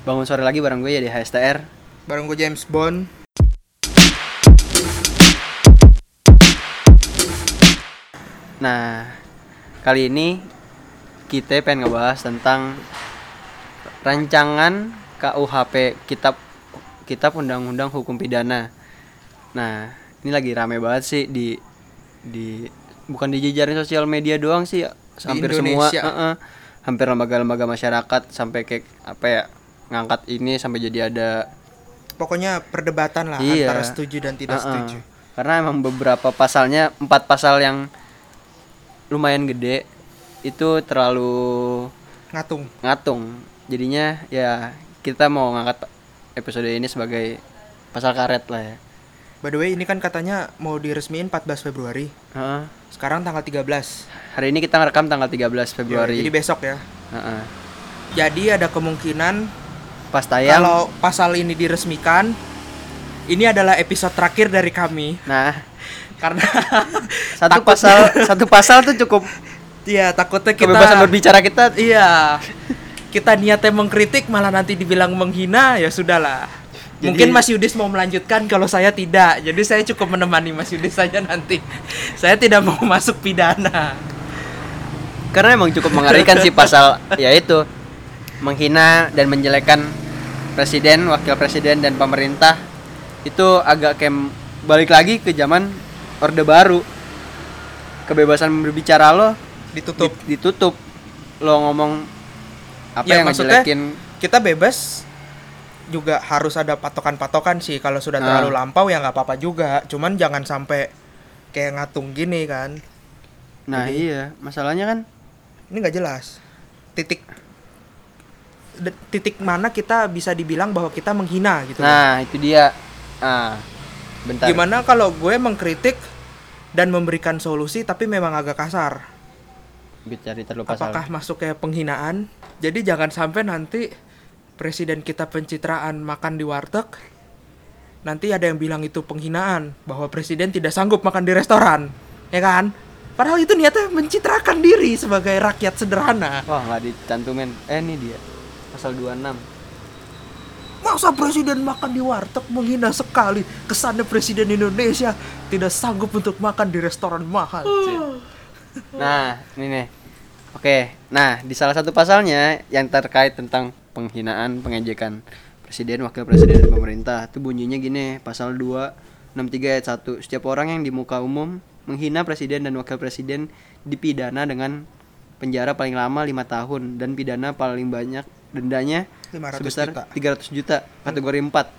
Bangun sore lagi bareng gue ya di HSTR. Bareng gue James Bond. Nah, kali ini kita pengen ngebahas tentang rancangan KUHP, Kitab Undang-Undang Hukum Pidana. Nah, ini lagi rame banget sih di bukan di jejaring sosial media doang sih, hampir semua, hampir lembaga-lembaga masyarakat sampai kayak apa ya, ngangkat ini sampai jadi ada pokoknya perdebatan lah antara setuju dan tidak setuju. Karena emang beberapa pasalnya, 4 pasal yang lumayan gede itu terlalu ngatung. Jadinya ya kita mau ngangkat episode ini sebagai pasal karet lah ya. By the way, ini kan katanya mau diresmiin 14 Februari. Sekarang tanggal 13. Hari ini kita ngerekam tanggal 13 Februari. Ya, jadi besok ya. Jadi ada kemungkinan pas tayang kalau pasal ini diresmikan, ini adalah episode terakhir dari kami. Nah, karena satu pasal tuh cukup. Iya, takutnya kita kebebasan berbicara kita. Iya. Kita niatnya mengkritik malah nanti dibilang menghina, ya sudahlah. Jadi, mungkin Mas Yudis mau melanjutkan, kalau saya tidak. Jadi saya cukup menemani Mas Yudis saja nanti. Saya tidak mau masuk pidana. Karena emang cukup mengerikan sih pasal yaitu menghina dan menjelekkan presiden, wakil presiden dan pemerintah. Itu agak kayak balik lagi ke zaman Orde Baru. Kebebasan berbicara lo ditutup. Lo ngomong apa ya, yang ngejelekin, kita bebas. Juga harus ada patokan-patokan sih. Kalau sudah terlalu lampau ya nggak apa-apa juga. Cuman jangan sampai kayak ngatung gini kan. Nah, jadi, iya, masalahnya kan ini nggak jelas. Titik mana kita bisa dibilang bahwa kita menghina gitu. Nah, itu dia. Bentar. Gimana kalau gue mengkritik dan memberikan solusi tapi memang agak kasar? Apakah masuk kayak penghinaan? Jadi jangan sampai nanti presiden kita pencitraan makan di warteg, nanti ada yang bilang itu penghinaan, bahwa presiden tidak sanggup makan di restoran, ya kan? Padahal itu niatnya mencitrakan diri sebagai rakyat sederhana. Wah, nggak dicantumin. Ini dia pasal 26. Masa presiden makan di warteg? Menghina sekali. Kesannya presiden Indonesia tidak sanggup untuk makan di restoran mahal. Nah, ini nih. Oke, nah di salah satu pasalnya yang terkait tentang penghinaan, pengejekan presiden, wakil presiden dan pemerintah, itu bunyinya gini, pasal 263 ayat 1. Setiap orang yang di muka umum menghina presiden dan wakil presiden dipidana dengan penjara paling lama 5 tahun dan pidana paling banyak dendanya sebesar 300 juta kategori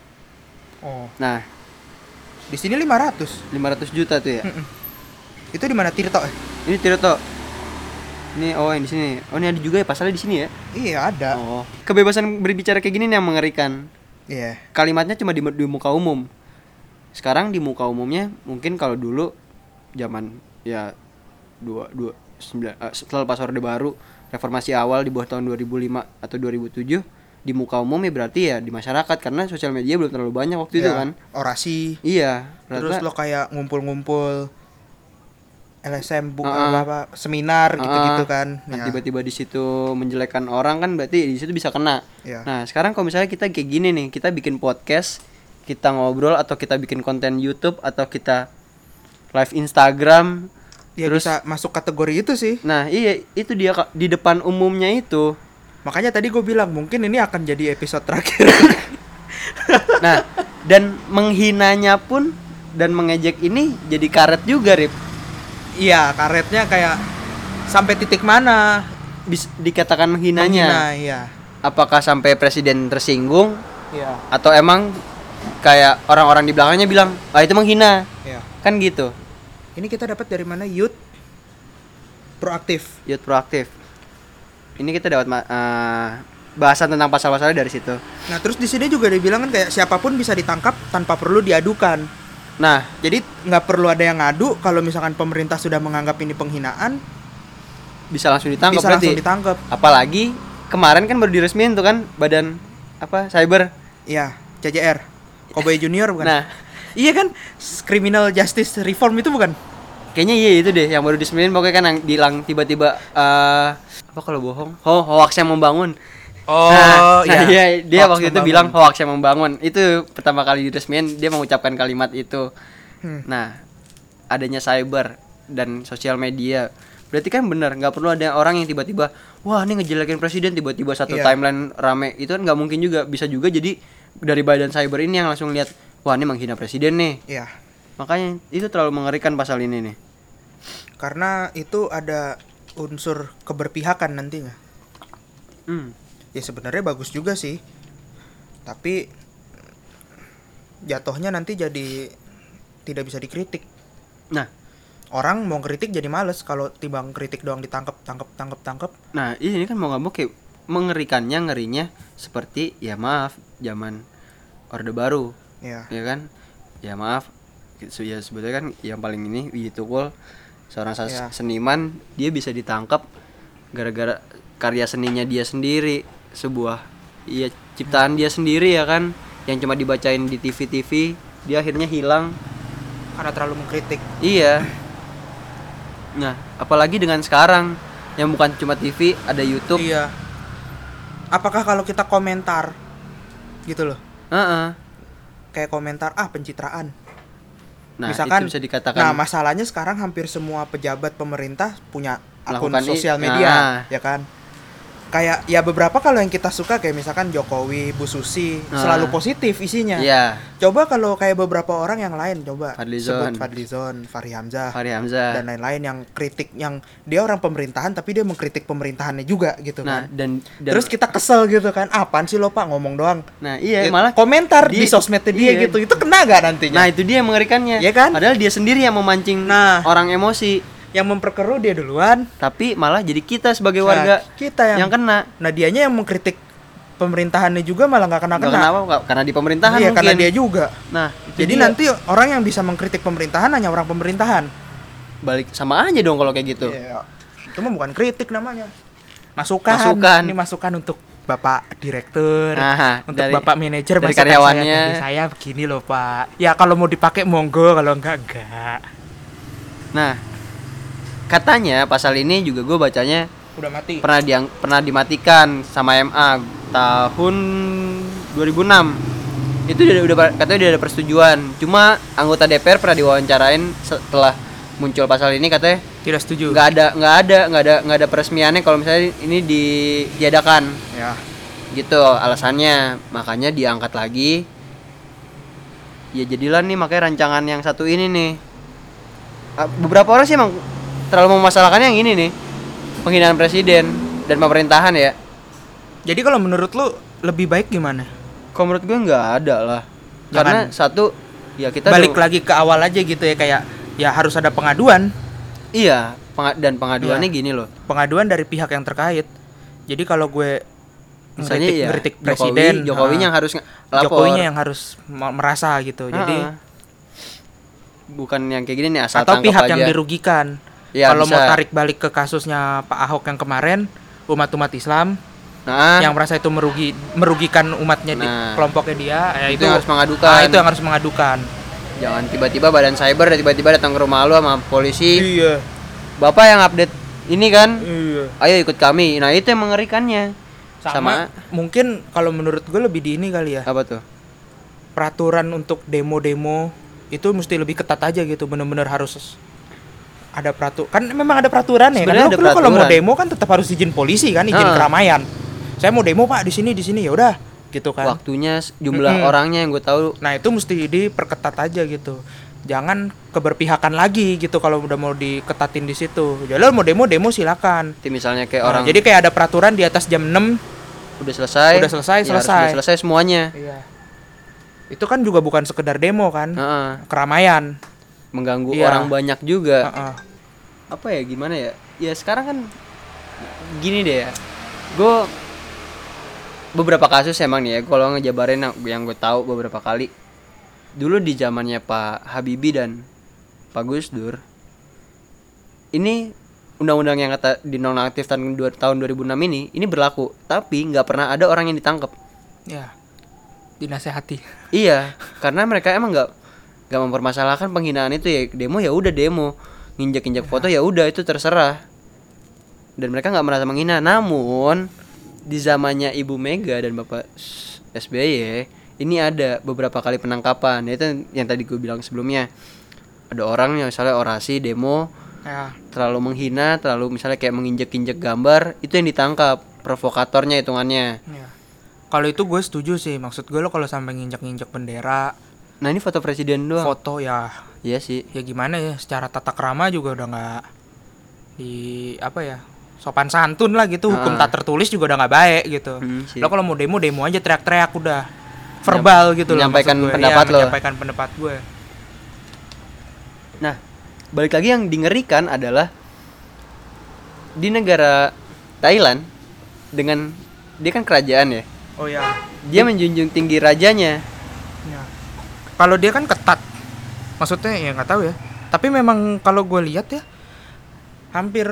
4. Nah, di sini 500 juta tuh ya. Itu di mana, Tirto? Ini Tirto. Ini yang di sini. Ini ada juga ya pasalnya di sini ya? Iya, ada. Kebebasan berbicara kayak gini nih yang mengerikan. Iya. Kalimatnya cuma di muka umum. Sekarang di muka umumnya mungkin kalau dulu zaman ya 29 setelah pas Orde Baru, reformasi awal di bawah tahun 2005 atau 2007, di muka umum ya berarti ya di masyarakat, karena sosial media belum terlalu banyak waktu itu kan. Orasi. Iya. Terus lo kayak ngumpul-ngumpul LSM seminar gitu-gitu kan. Nah, tiba-tiba di situ menjelekkan orang kan, berarti di situ bisa kena. Ya. Nah, sekarang kalau misalnya kita kayak gini nih, kita bikin podcast, kita ngobrol atau kita bikin konten YouTube atau kita live Instagram, ya terus bisa masuk kategori itu sih. Nah, iya, itu dia di depan umumnya itu. Makanya tadi gue bilang mungkin ini akan jadi episode terakhir. Nah, dan menghinanya pun dan mengejek ini jadi karet juga, Rip. Iya, karetnya kayak sampai titik mana bisa dikatakan menghinanya. Iya. Apakah sampai presiden tersinggung? Iya. Atau emang kayak orang-orang di belakangnya bilang, itu menghina. Iya. Kan gitu. Ini kita dapat dari mana? Youth Proaktif. Ini kita dapat bahasan tentang pasal-pasalnya dari situ. Nah, terus di sini juga dibilang kan kayak siapapun bisa ditangkap tanpa perlu diadukan. Nah, jadi nggak perlu ada yang ngadu. Kalau misalkan pemerintah sudah menganggap ini penghinaan, bisa langsung ditangkap. Apalagi kemarin kan baru diresmiin tuh kan badan cyber. Iya, CJR. Kobe Junior bukan? Nah, iya kan, Criminal Justice Reform itu bukan? Kayaknya iya itu deh yang baru diresmiin, pokoknya kan yang hilang tiba-tiba apa kalau bohong? Hoax yang membangun. Oh, iya, dia Hoax waktu itu membangun. bilang hoax yang membangun. Itu pertama kali diresmiin dia mengucapkan kalimat itu. Nah, adanya cyber dan sosial media. Berarti kan benar, nggak perlu ada orang yang tiba-tiba, wah ini ngejelekin presiden, tiba-tiba satu Iya. timeline rame. Itu kan nggak mungkin juga. Bisa juga jadi dari badan cyber ini yang langsung lihat, wah ini menghina presiden nih. Iya. Makanya itu terlalu mengerikan pasal ini nih. Karena itu ada unsur keberpihakan nantinya. Ya sebenarnya bagus juga sih. Tapi jatuhnya nanti jadi tidak bisa dikritik. Nah, Orang mau kritik jadi males kalau timbang kritik doang ditangkap. Nah, ini kan mau nggak mau kayak ngerinya seperti ya maaf zaman Orde Baru, Ya. ya kan? Ya maaf, ya sebetulnya kan yang paling ini Widy Tukul, seorang Ya. seniman, dia bisa ditangkap gara-gara karya seninya dia sendiri, sebuah ciptaan dia sendiri ya kan, yang cuma dibacain di TV, dia akhirnya hilang. Karena terlalu mengkritik. Iya. Nah, apalagi dengan sekarang yang bukan cuma TV, ada YouTube. Iya. Apakah kalau kita komentar gitu loh, kayak komentar pencitraan. Nah, Misalkan, itu bisa dikatakan. Nah, masalahnya sekarang hampir semua pejabat pemerintah punya akun Melakukan sosial media, ya kan? Kayak ya beberapa kalau yang kita suka kayak misalkan Jokowi, Bu Susi, selalu positif isinya. Iya. Coba kalau kayak beberapa orang yang lain, coba Fadlizon. sebut Fadlizon, Fahri Hamzah, dan dan lain-lain yang kritik, yang dia orang pemerintahan tapi dia mengkritik pemerintahannya juga gitu Nah, kan. dan Terus kita kesel gitu kan, apaan sih lo Pak ngomong doang. Nah, iya, Ya, malah komentar di sosmednya dia iya. gitu, itu kena gak nantinya? Nah, itu dia yang mengerikannya. Iya kan? Padahal dia sendiri yang memancing orang emosi, yang memperkeruh dia duluan, tapi malah jadi kita sebagai Nah, warga kita yang kena. Nah, dianya yang mengkritik pemerintahannya juga malah nggak Nggak kena-kena. kenapa? Karena di pemerintahan Iya, mungkin. karena dia juga. Nah, Jadi nanti orang yang bisa mengkritik pemerintahan hanya orang pemerintahan. balik sama aja dong kalau kayak gitu. Iya. Itu mah bukan kritik namanya. Masukan. Ini masukan untuk Bapak Direktur, untuk Bapak Manajer, dari karyawannya. Saya begini loh Pak. Ya kalau mau dipakai monggo, kalau enggak. Nah, katanya pasal ini juga gue bacanya Udah mati. pernah dimatikan sama MA tahun 2006. Itu katanya udah ada persetujuan. Cuma anggota DPR pernah diwawancarain setelah muncul pasal ini, katanya tidak setuju. Nggak ada peresmiannya kalau misalnya ini ditiadakan. Ya. Gitu alasannya. Makanya diangkat lagi. Ya jadilah nih makanya rancangan yang satu ini nih. Beberapa orang sih emang terlalu memasalahkan yang ini nih, penghinaan presiden dan pemerintahan ya. Jadi kalau menurut lu lebih baik gimana? Kalau menurut gue nggak ada lah. Karena satu, ya kita balik lagi ke awal aja gitu ya, kayak ya harus ada pengaduan. Iya, dan pengaduannya gini loh. Pengaduan dari pihak yang terkait. Jadi kalau gue misalnya ngeritik presiden, Jokowinya yang harus lapor. Jokowinya yang harus merasa gitu. Jadi bukan yang kayak gini nih asal atau tangkap pihak aja. yang dirugikan. Ya, kalau bisa. mau tarik balik ke kasusnya Pak Ahok yang kemarin, umat Islam yang merasa itu merugikan umatnya, kelompoknya dia, ya itu harus mengadukan. Itu yang harus mengadukan. Jangan tiba-tiba badan cyber tiba-tiba datang ke rumah lu sama polisi. Iya. Bapak yang update ini kan? Iya. Ayo ikut kami. Nah, itu yang mengerikannya. Sama mungkin kalau menurut gue lebih di ini kali ya. Apa tuh? Peraturan untuk demo-demo itu mesti lebih ketat aja gitu, bener-bener harus ada peraturan. Kan memang ada peraturan ya. Kan lu kalau mau demo kan tetap harus izin polisi kan, izin keramaian. Saya mau demo Pak di sini ya udah gitu kan. Waktunya, jumlah orangnya yang gue tahu. Nah, itu mesti diperketat aja gitu. Jangan keberpihakan lagi gitu kalau udah mau diketatin di situ. Jadi lo mau demo silakan. Misalnya kayak orang. Jadi kayak ada peraturan di atas jam 6 udah selesai. Selesai. Udah selesai semuanya. Iya. Itu kan juga bukan sekedar demo kan, keramaian, mengganggu orang banyak juga. Apa ya, gimana ya? Ya sekarang kan gini deh ya, gue beberapa kasus emang nih ya, kalau ngejabarin yang gue tahu beberapa kali. Dulu di zamannya Pak Habibie dan Pak Gus Dur, ini undang-undang yang kata dinonaktif tahun 2006 ini berlaku, tapi nggak pernah ada orang yang ditangkap. Ya. Dinasehati. Iya, karena mereka emang nggak mempermasalahkan penghinaan itu ya. Demo ya udah demo, nginjek foto ya udah, itu terserah. Dan mereka nggak merasa menghina. Namun di zamannya Ibu Mega dan Bapak SBY ini ada beberapa kali penangkapan. Itu yang tadi gue bilang sebelumnya. Ada orang yang misalnya orasi demo Ya. terlalu menghina, terlalu misalnya kayak menginjek-injek gambar, itu yang ditangkap, provokatornya hitungannya. Ya. Kalau itu gue setuju sih. Maksud gue lo kalau sampai nginjek-nginjek bendera, Nah ini foto presiden doang. foto ya Iya sih. ya gimana ya, secara tata krama juga udah nggak di apa ya, sopan santun lah gitu. Hukum tak tertulis juga udah nggak baik gitu. Sih. Lo kalau mau demo aja, teriak-teriak udah verbal gitu loh. Menyampaikan maksud gue. pendapat lo. Menyampaikan pendapat gue. Nah, balik lagi yang dingerikan adalah di negara Thailand dengan dia kan kerajaan ya. Oh ya. Dia menjunjung tinggi rajanya. Ya. Kalau dia kan ketat, maksudnya ya nggak tahu ya. Tapi memang kalau gue lihat ya, hampir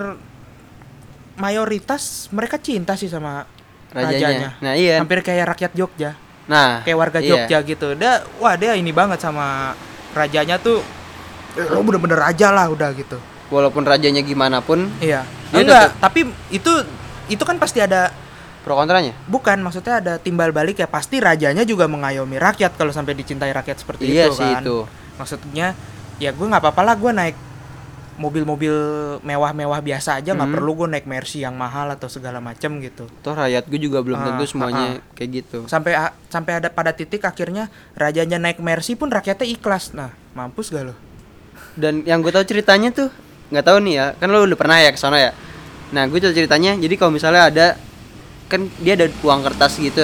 mayoritas mereka cinta sih sama rajanya. Nah iya. Hampir kayak rakyat Jogja, Nah kayak warga iya. Jogja gitu. Dia ini banget sama rajanya tuh. Lo bener-bener raja lah udah gitu. Walaupun rajanya gimana pun Iya. Dia Enggak, tapi itu kan pasti ada. pro kontranya. Bukan, maksudnya ada timbal balik ya, pasti rajanya juga mengayomi rakyat kalau sampai dicintai rakyat seperti Iya itu sih kan. itu. Maksudnya ya gue nggak apa-apa lah gue naik mobil-mobil mewah-mewah biasa aja, nggak perlu gue naik Mercy yang mahal atau segala macam gitu. Toh rakyat gue juga belum tentu semuanya kayak gitu. Sampai ada pada titik akhirnya rajanya naik Mercy pun rakyatnya ikhlas. Nah, mampus gak lo? Dan yang gue tahu ceritanya tuh nggak tahu nih ya, kan lo udah pernah ya ke sana ya. Nah gue tahu ceritanya, jadi kalau misalnya ada kan dia ada uang kertas gitu.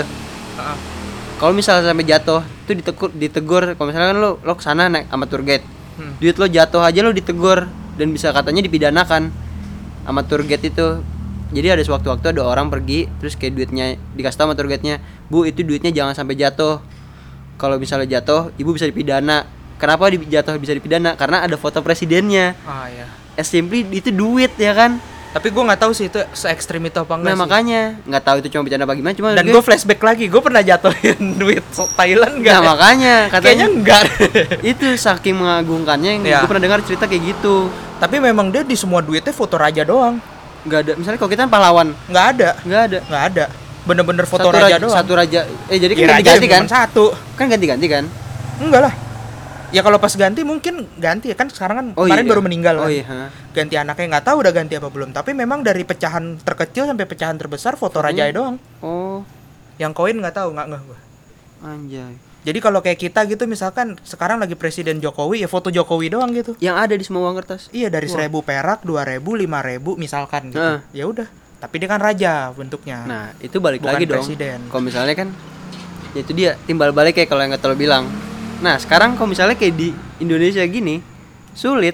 Kalau misalnya sampai jatuh tuh ditegur. Kalau misalnya kan lo kesana naik sama tour guide, duit lo jatuh aja lo ditegur dan bisa katanya dipidanakan sama tour guide itu. Jadi ada sewaktu-waktu ada orang pergi terus kayak duitnya dikasih tahu sama tour guide-nya, bu itu duitnya jangan sampai jatuh. Kalau misalnya jatuh ibu bisa dipidana. Kenapa jatuh bisa dipidana? Karena ada foto presidennya. Ah ya. As simply itu duit ya kan. Tapi gue nggak tahu sih itu se ekstrim itu apa enggak Nah sih. makanya nggak tahu itu cuma bercanda apa gimana, cuma Dan gue flashback lagi, gue pernah jatuhin duit Thailand enggak? nah makanya Kayaknya katanya enggak. itu saking mengagungkannya yang Ya. gue pernah dengar cerita kayak gitu. Tapi memang dia di semua duitnya foto raja doang. Nggak ada misalnya kalau kita kan pahlawan Nggak ada. nggak ada Bener-bener foto raja doang. satu raja jadi kan Ya, raja ganti-ganti kan cuma satu. kan ganti-ganti kan. Enggak lah. Ya kalau pas ganti mungkin ganti ya kan, sekarang kan Oh, kemarin iya. baru meninggal kan. Oh iya. Ganti anaknya nggak tahu udah ganti apa belum. Tapi memang dari pecahan terkecil sampai pecahan terbesar foto raja doang. Oh Yang koin nggak tahu, nggak gue. anjay. Jadi kalau kayak kita gitu misalkan sekarang lagi Presiden Jokowi ya foto Jokowi doang gitu. Yang ada di semua uang kertas. Iya dari 1.000 perak, 2.000, 5.000 misalkan gitu. Ya udah. Tapi dia kan raja bentuknya. Nah itu balik Bukan lagi dong. presiden. Kalau misalnya kan ya itu dia timbal balik kayak kalau yang kata lo bilang. Nah sekarang kalau misalnya kayak di Indonesia gini sulit.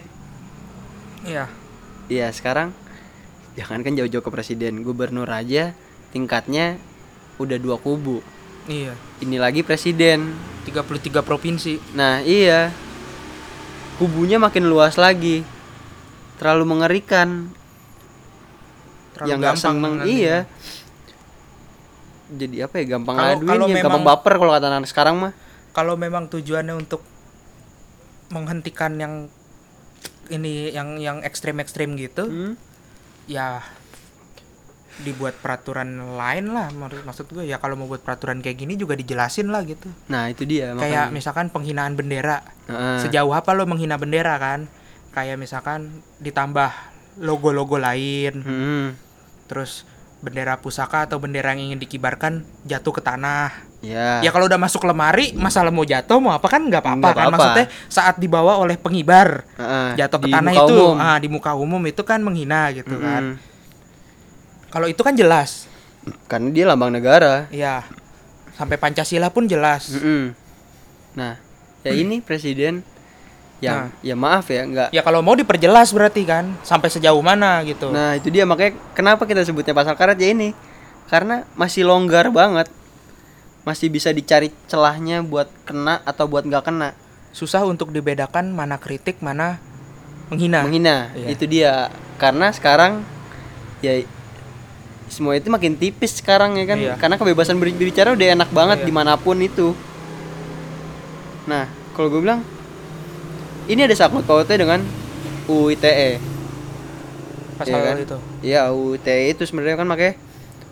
Iya. Iya sekarang jangan kan jauh-jauh ke presiden, gubernur aja tingkatnya udah 2 kubu. Iya. Ini lagi presiden. 33 provinsi. Nah iya, kubunya makin luas lagi, terlalu mengerikan. Terlalu yang nggak gampang seneng nantinya. iya. Jadi apa ya, gampang Kalau ngaduinnya, gampang memang- baper kalau kata anak sekarang mah. Kalau memang tujuannya untuk menghentikan yang ini yang ekstrem-ekstrem gitu, ya dibuat peraturan lain lah. Maksud gue ya kalau mau buat peraturan kayak gini juga dijelasin lah gitu. Nah itu dia Kayak makanya. misalkan penghinaan bendera. Heeh. Sejauh apa lo menghina bendera kan? Kayak misalkan ditambah logo-logo lain, terus bendera pusaka atau bendera yang ingin dikibarkan jatuh ke tanah. Ya. Ya kalau udah masuk lemari, masalah mau jatuh mau apa kan nggak apa-apa Nggak kan. apa-apa. Maksudnya saat dibawa oleh pengibar, Heeh. jatuh ke Di tanah muka itu umum. di muka umum itu kan menghina gitu kan. Kalau itu kan jelas. Karena dia lambang negara. Ya. Sampai Pancasila pun jelas. Nah, ya ini presiden yang ya maaf ya nggak. Ya kalau mau diperjelas berarti kan sampai sejauh mana gitu. Nah itu dia makanya kenapa kita sebutnya pasal karet ya ini, karena masih longgar banget, masih bisa dicari celahnya buat kena atau buat nggak kena. Susah untuk dibedakan mana kritik mana menghina. Iya. Itu dia, karena sekarang ya semua itu makin tipis sekarang ya kan. Iya. Karena kebebasan berbicara udah enak banget dimanapun itu. Nah kalau gue bilang ini ada sangkut pautnya dengan UU ITE. Pasal ya kan? itu. Iya UU ITE itu sebenarnya kan makanya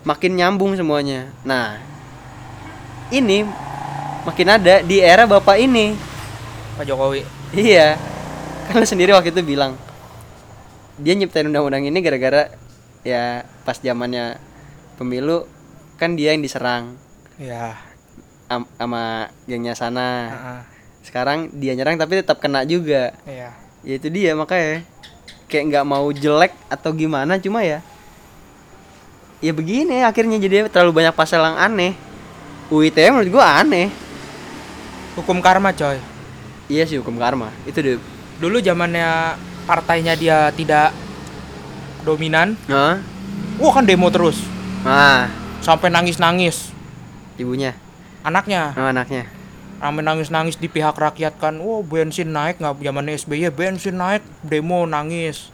makin nyambung semuanya. Nah, ini makin ada di era bapak ini, Pak Jokowi. iya, karena sendiri waktu itu bilang dia nyiptain undang-undang ini gara-gara ya pas zamannya pemilu kan dia yang diserang Ya. sama gengnya sana. Heeh. Sekarang dia nyerang tapi tetap kena juga. Iya. Ya itu dia, makanya kayak nggak mau jelek atau gimana, cuma ya begini akhirnya jadi terlalu banyak pasal yang aneh. UITE menurut gua aneh. Hukum karma, coy. Iya sih, hukum karma itu deh. Dulu zamannya partainya dia tidak dominan, Nah, wah kan demo terus. Sampai nangis-nangis ibunya, anaknya. anaknya. Sampai nangis-nangis di pihak rakyat kan. Wah, bensin naik, nggak zamannya SBY bensin naik, demo nangis.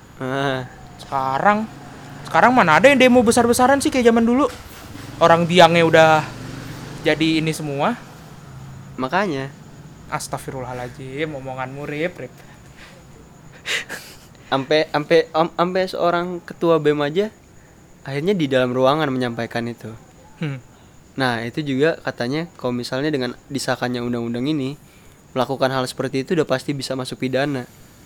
Sekarang mana ada yang demo besar-besaran sih kayak zaman dulu. Orang biangnya udah jadi ini semua. Makanya Astagfirullahaladzim, omonganmu rip. sampai seorang ketua BEM aja akhirnya di dalam ruangan menyampaikan itu. Nah, itu juga katanya kalau misalnya dengan disahkannya undang-undang ini melakukan hal seperti itu udah pasti bisa masuk pidana.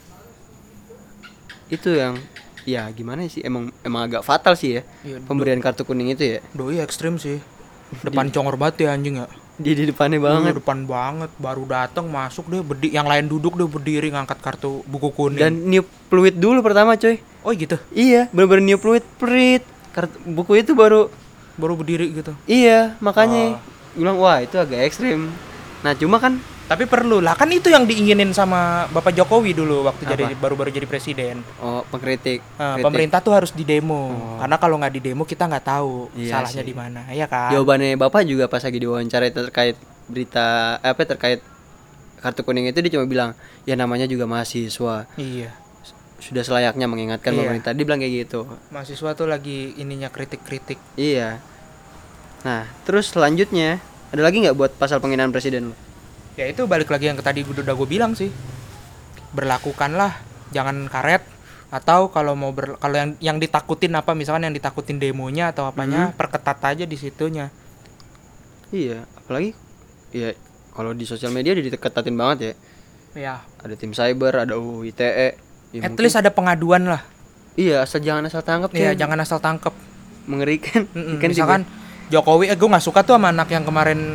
Itu yang ya gimana sih, emang agak fatal sih ya, pemberian kartu kuning itu ya. Doi ekstrim sih. Depan congor banget ya anjing ya. Di depannya banget. Depan banget, baru datang masuk deh yang lain duduk deh berdiri ngangkat kartu buku kuning. Dan niup fluid dulu pertama, coy. Oh gitu. Iya, bener-bener niup fluid, kartu buku itu baru berdiri gitu. Iya, makanya bilang wah itu agak ekstrim. Nah, cuma kan tapi perlu lah, kan itu yang diinginin sama Bapak Jokowi dulu waktu baru-baru jadi presiden. Oh, pengkritik. Pemerintah tuh harus didemo. Karena kalau nggak didemo kita nggak tahu salahnya di mana, ya kan? Jawabannya Bapak juga pas lagi diwawancara terkait berita terkait kartu kuning itu, dia cuma bilang, "Ya namanya juga mahasiswa." Iya. Sudah selayaknya mengingatkan pemerintah. Dia bilang kayak gitu. Mahasiswa tuh lagi ininya kritik-kritik. Iya. Nah, terus selanjutnya ada lagi nggak buat pasal penghinaan presiden lo? Ya itu balik lagi yang tadi udah gue bilang sih. Berlakukanlah, jangan karet, atau kalau mau kalau yang ditakutin apa, misalkan yang ditakutin demonya atau apanya, perketat aja di situnya. Iya, apalagi ya kalau di sosial media udah diketatin banget ya. Iya. Ada tim cyber, ada UU ITE. Ya at least ada pengaduan lah. Iya, jangan asal tangkap. Iya, jangan asal tangkap. Mengerikan. Kan misalkan Jokowi, gue nggak suka tuh sama anak yang kemarin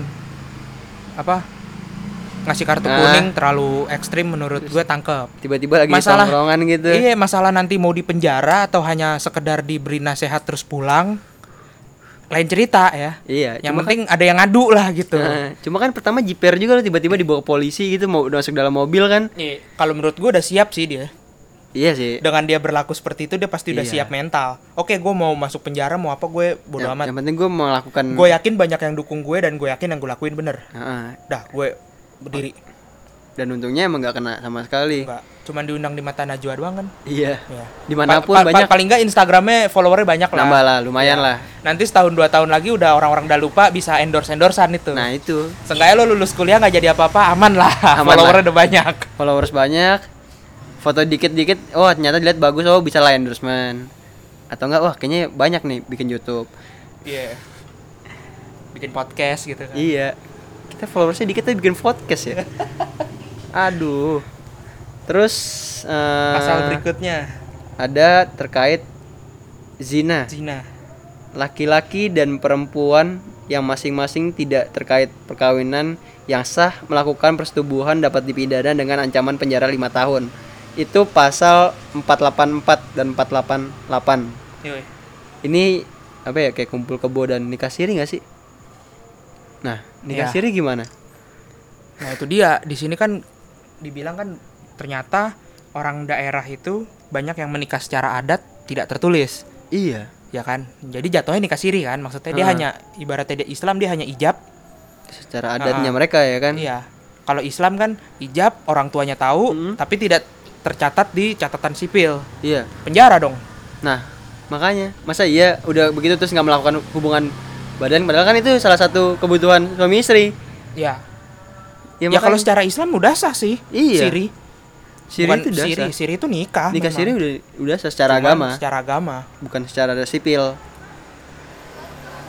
ngasih kartu kuning terlalu ekstrim menurut gue, tangkep. Tiba-tiba lagi tongkrongan gitu. Iya, masalah nanti mau dipenjara atau hanya sekedar diberi nasihat terus pulang, lain cerita ya. Iya. Yang penting ada yang ngadu lah gitu. Cuma kan pertama jiper juga loh, tiba-tiba dibawa ke polisi gitu, mau masuk dalam mobil kan. Iya. Kalau menurut gue udah siap sih dia. Iya sih. Dengan dia berlaku seperti itu dia pasti udah siap mental. Oke, gue mau masuk penjara mau apa, gue bodo amat. Yang penting gue melakukan. Gue yakin banyak yang dukung gue dan gue yakin yang gue lakuin bener. Dah, gue berdiri. Dan untungnya emang gak kena sama sekali. Enggak, cuman diundang di mata Najwa doang kan. Iya. Dimanapun banyak. Paling nggak Instagramnya followernya banyak lah. Nambah lah, lumayan lah. Nanti setahun 2 tahun lagi udah orang-orang udah lupa, bisa endorse-endorsean itu. Nah itu. Seenggaknya lo lulus kuliah nggak jadi apa-apa, aman lah. Followernya udah banyak. Followers banyak. Foto dikit-dikit, oh ternyata dilihat bagus, oh bisa lah endorsement. Atau enggak, wah kayaknya banyak nih bikin YouTube. Iya. Bikin podcast gitu kan. Iya. Kita followersnya dikit tapi bikin podcast ya. Aduh. Terus pasal berikutnya ada terkait zina. Laki-laki dan perempuan yang masing-masing tidak terkait perkawinan yang sah melakukan persetubuhan dapat dipidana dengan ancaman penjara 5 tahun. Itu pasal 484 dan 488. Yoi. Ini apa ya, kayak kumpul kebo dan nikah siri enggak sih? Nah, nikah siri gimana? Nah, itu dia. Di sini kan dibilang kan ternyata orang daerah itu banyak yang menikah secara adat tidak tertulis. Iya. Ya kan? Jadi jatuhnya nikah siri kan. Maksudnya dia hanya ibaratnya dia Islam, dia hanya ijab secara adatnya mereka ya kan? Iya. Kalau Islam kan ijab orang tuanya tahu tapi tidak tercatat di catatan sipil. Iya. Penjara dong. Nah, makanya masa iya udah begitu terus nggak melakukan hubungan badan, padahal kan itu salah satu kebutuhan suami istri. Iya. Ya kalau secara Islam udah sah sih. Iya. Siri itu udah sah. Siri itu nikah. Nikah siri udah sah secara agama. Secara agama. Bukan secara sipil.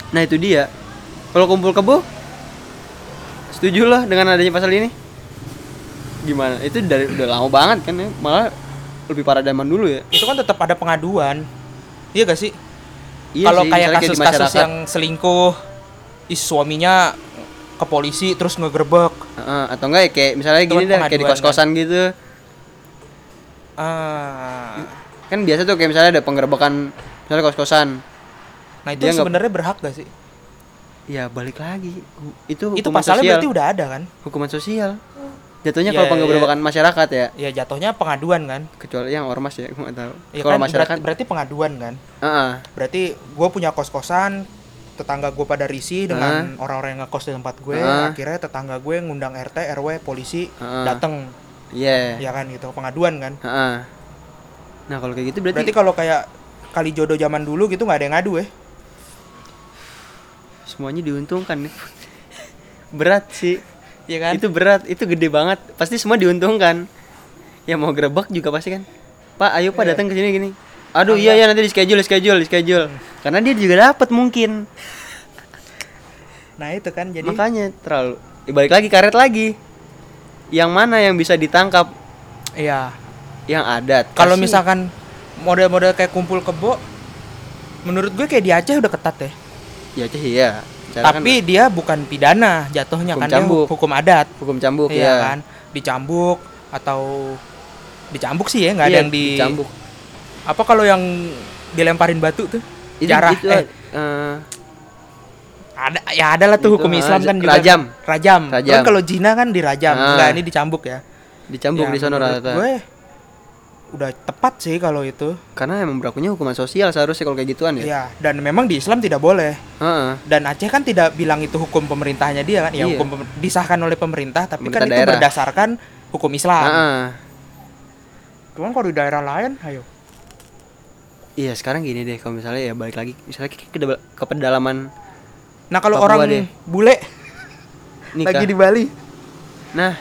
Nah itu dia. Kalau kumpul kebo, setuju lah dengan adanya pasal ini. Gimana? Itu dari udah lama banget kan ya. Malah lebih parah zaman dulu ya. Itu kan tetap ada pengaduan. Iya gak sih? Iya kalau sih, kayak misalnya di kasus-kasus masyarakat. yang selingkuh, suaminya ke polisi terus ngegerebek. Atau enggak ya kayak misalnya Itu gini kan dah, kayak di pengaduan, kos-kosan gitu. Kan biasa tuh kayak misalnya ada penggerebekan misalnya kos-kosan. Nah itu Dia nggak- sebenarnya berhak gak sih? Ya balik lagi. Itu Itu hukuman pasalnya sosial. berarti udah ada kan? Hukuman sosial. Jatuhnya Ya, kalau penggerebekan masyarakat ya. Ya jatuhnya pengaduan kan? Kecuali yang ormas ya, gue nggak tahu. Ya Kalau kan masyarakat, berarti pengaduan kan? Heeh. Berarti gue punya kos-kosan, tetangga gue pada risih dengan orang-orang yang ngekos di tempat gue. Akhirnya tetangga gue ngundang RT, RW, polisi dateng. Iya. Ya kan gitu, pengaduan kan? Heeh. Nah kalau kayak gitu Berarti kalau kayak kali jodoh zaman dulu gitu nggak ada yang ngadu ya? semuanya diuntungkan nih. Berat sih. Iya kan? Itu berat, itu gede banget. Pasti semua diuntungkan. Yang mau gerebek juga pasti kan. Pak, ayo Pak datang ke sini gini. Aduh iya ya nanti di schedule. Karena dia juga dapat mungkin. Nah itu kan jadi Makanya terlalu balik lagi karet lagi. Yang mana yang bisa ditangkap? iya. Yang adat. Kalau Kasih. misalkan model-model kayak kumpul kebo, menurut gue kayak di Aceh udah ketat ya. Ya Aceh iya. Tapi dia bukan pidana jatuhnya Hukum kan cambuk. dia hukum adat. Hukum cambuk Iya ya. kan? Dicambuk atau dicambuk sih ya, nggak ada Iya, yang di dicambuk. Apa kalau yang dilemparin batu tuh? Jarah. Ada lah tuh itu, hukum Islam kan juga. rajam. Rajam. Rajam. Kan kalau zina kan dirajam. Enggak, ini dicambuk ya. Dicambuk Ya, di sono menurut rata. gue udah tepat sih kalau itu. Karena emang berlakunya hukuman sosial seharusnya kalau kayak gituan ya. Iya, dan memang di Islam tidak boleh. Heeh. Dan Aceh kan tidak bilang itu hukum pemerintahnya dia kan. Ya Iya. hukum disahkan oleh pemerintah, tapi kan Pemerintah itu daerah. berdasarkan hukum Islam. Heeh. Cuman kalau di daerah lain, ayo. Iya, sekarang gini deh, kalau misalnya ya balik lagi misalnya ke pedalaman Nah, kalau Papua orang deh. bule nikah. lagi di Bali, Nah.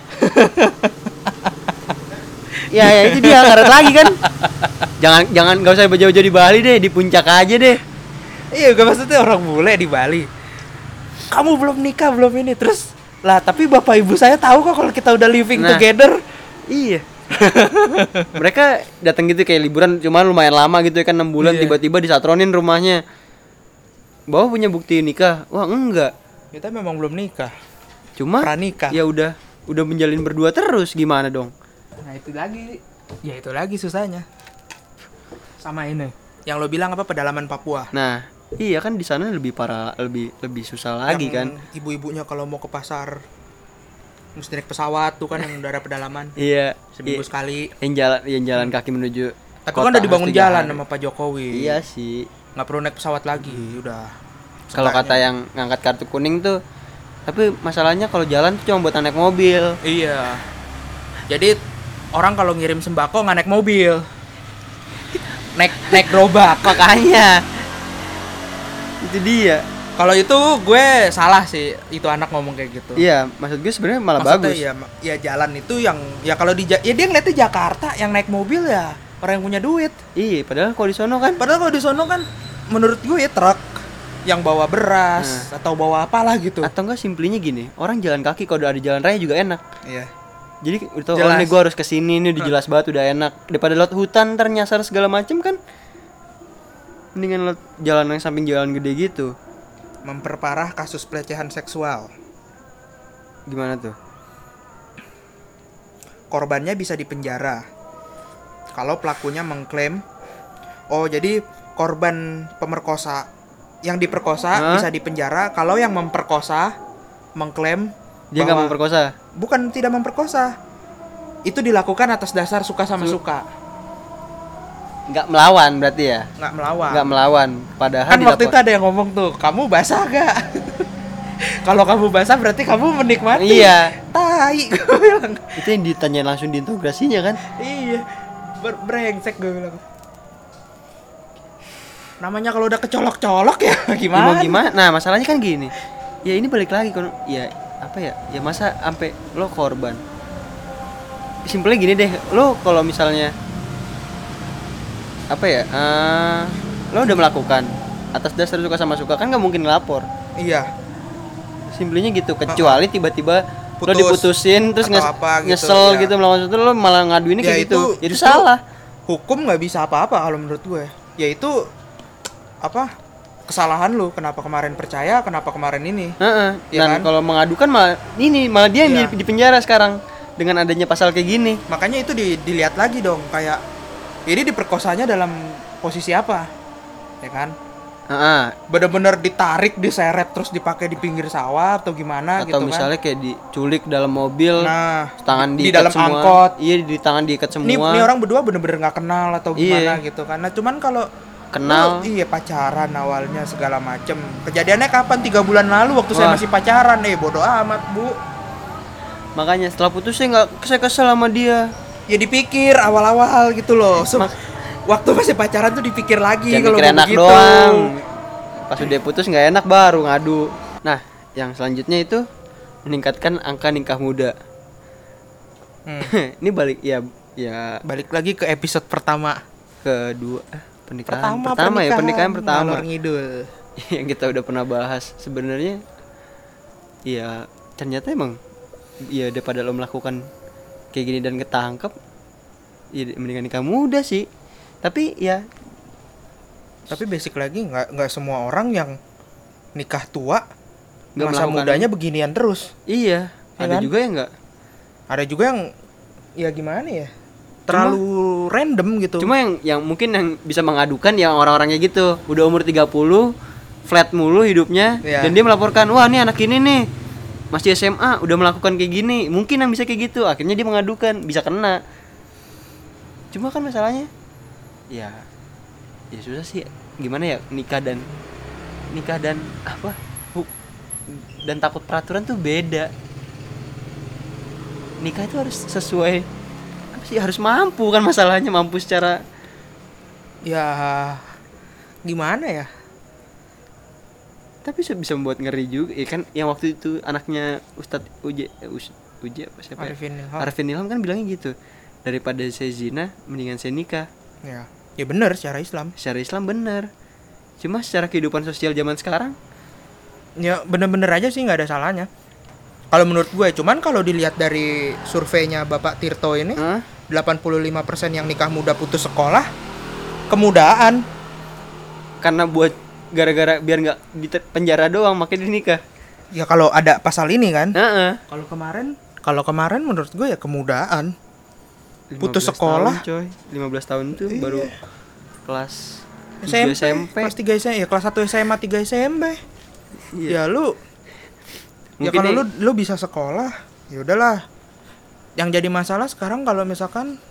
ya itu dia karet lagi kan. Jangan enggak usah jauh-jauh di Bali deh, di puncak aja deh. iya gue maksudnya orang bule di Bali. Kamu belum nikah belum ini terus lah, tapi bapak ibu saya tahu kok kalau kita udah living Nah. together. Iya. Mereka datang gitu kayak liburan cuma lumayan lama gitu ya kan 6 bulan Iya. tiba-tiba disatronin rumahnya. Bawa punya bukti nikah. Wah, enggak. Kita memang belum nikah. Cuma Pranikah. ya udah menjalin berdua terus gimana dong? Nah, itu lagi. Ya itu lagi susahnya. Sama ini. Yang lo bilang apa pedalaman Papua. Nah, iya kan di sana lebih parah, lebih susah lagi Yang kan. ibu-ibunya kalau mau ke pasar mesti naik pesawat tuh kan yang daerah pedalaman. Iya. Seminggu iya. sekali. Yang jalan kaki menuju Tapi kota kan udah dibangun harus 3 jalan hari. sama Pak Jokowi. Iya sih. Nggak perlu naik pesawat lagi, udah. Kalau Sekalian. kata yang ngangkat kartu kuning tuh, tapi masalahnya kalau jalan tuh cuma buat naik mobil. Iya. Jadi orang kalau ngirim sembako nggak naik mobil, naik gerobak. Makanya itu dia. Kalau itu gue salah sih, itu anak ngomong kayak gitu. Iya, maksud gue sebenarnya malah Maksudnya bagus. ya jalan itu yang ya kalau ya dia ngeliatnya Jakarta yang naik mobil ya orang yang punya duit. Iya, padahal kalau di sono kan Padahal kalau di sono kan menurut gue ya truk yang bawa beras atau bawa apalah gitu. atau enggak simplinya gini, orang jalan kaki kalau udah ada jalan raya juga enak. Iya. Jadi udah tau, Jelas. oh nih gue harus kesini nih udah jelas banget udah enak. Daripada lewat hutan ntar nyasar segala macem kan. Mendingan lewat jalan yang samping jalan gede gitu. Memperparah kasus pelecehan seksual. Gimana tuh? Korbannya bisa dipenjara kalau pelakunya mengklaim, oh jadi korban pemerkosa yang diperkosa bisa dipenjara kalau yang memperkosa mengklaim Dia nggak memperkosa. bukan tidak memperkosa, itu dilakukan atas dasar suka sama suka, Nggak melawan berarti ya? nggak melawan. Nggak melawan. Padahal Kan waktu itu ada yang ngomong tuh, kamu basah gak? Kalau kamu basah berarti kamu menikmati. Iya. Tai, gue bilang. Itu yang ditanya langsung diintegrasinya kan? Iya, brengsek gue bilang. Namanya kalau udah kecolok-colok ya Ya mau gimana? gimana? Nah, masalahnya kan gini. Ya ini balik lagi kan ya apa ya? Ya masa sampai lo korban. Simpelnya gini deh, lo kalau misalnya apa ya? Lo udah melakukan atas dasar suka sama suka kan nggak mungkin ngelapor. Iya. Simpelnya gitu, kecuali tiba-tiba lo Putus diputusin terus atau apa gitu, nyesel ya. gitu melawan itu, lo malah ngaduinnya Ya, kayak gitu. Itu justru salah. Hukum nggak bisa apa-apa kalau menurut gue. Ya itu apa? Kesalahan lu. Kenapa kemarin percaya? Kenapa kemarin ini? Heeh. Ya Dan kan? kalau mengadukan malah dia yang Iya. di penjara sekarang dengan adanya pasal kayak gini. Makanya itu dilihat lagi dong, kayak ini diperkosanya dalam posisi apa? Ya kan? Heeh. Bener-bener ditarik, diseret terus dipakai di pinggir sawah atau gimana Atau gitu misalnya kan? kayak diculik dalam mobil, Nah, tangan di diikat dalam semua. angkot. Iya, di tangan diikat semua. Ini orang berdua bener-bener nggak kenal atau gimana Iya. gitu kan? Nah, cuman kalau Kenal. iya pacaran awalnya segala macem. Kejadiannya kapan? 3 bulan lalu waktu saya Wah. masih pacaran. Bodoh amat, Bu. Makanya setelah putus saya kesel sama dia. Ya dipikir awal-awal gitu loh. Mak- Waktu masih pacaran tuh dipikir lagi Jangan kalau mikir mau enak begitu. doang. Pas udah putus nggak enak baru ngadu. Nah, yang selanjutnya itu meningkatkan angka nikah muda. Hmm. Ini balik ya Balik lagi ke episode pertama. kedua pernikahan pertama Ngalor ngidul. yang kita udah pernah bahas. Sebenarnya ya ternyata emang ya daripada lo melakukan kayak gini dan ketangkep, ya mendingan nikah muda sih. Tapi ya Tapi basic lagi nggak semua orang yang nikah tua nggak masa melakukan- mudanya beginian terus. iya, Ya ada kan? juga yang nggak. Ada juga yang ya gimana ya? Terlalu random gitu. Cuma yang mungkin yang bisa mengadukan yang orang-orangnya gitu, udah umur 30, flat mulu hidupnya, Iya. dan dia melaporkan, "Wah, nih anak ini nih masih SMA udah melakukan kayak gini." Mungkin yang bisa kayak gitu, akhirnya dia mengadukan, bisa kena. Cuma kan masalahnya ya susah sih. Gimana ya, nikah dan apa? Dan takut peraturan tuh beda. Nikah itu harus sesuai apa sih, harus mampu kan, masalahnya mampu secara Ya gimana ya? tapi bisa membuat ngeri juga ya kan. Yang waktu itu anaknya Ustadz Uje apa siapa ya? Arifin Ilham. Arifin Ilham kan bilangnya gitu, daripada saya zina mendingan saya nikah. Ya benar secara Islam. Secara Islam bener, cuma secara kehidupan sosial zaman sekarang Ya bener-bener aja sih nggak ada salahnya. Kalau menurut gue, cuman kalau dilihat dari surveinya Bapak Tirto ini, 85% yang nikah muda putus sekolah, kemudaan. karena buat gara-gara biar nggak di penjara doang makanya dia nikah. Ya kalau ada pasal ini kan. Heeh. Kalau kemarin menurut gue ya kemudaan. Putus 15 sekolah. tahun, coy. 15 tahun tuh Iya. baru kelas 3 SMP. Kelas 3 SMP, ya kelas 1 SMA, 3 SMP. Iya. Ya lu ya Mungkin kalau nih- lu bisa sekolah, ya udahlah. Yang jadi masalah sekarang kalau misalkan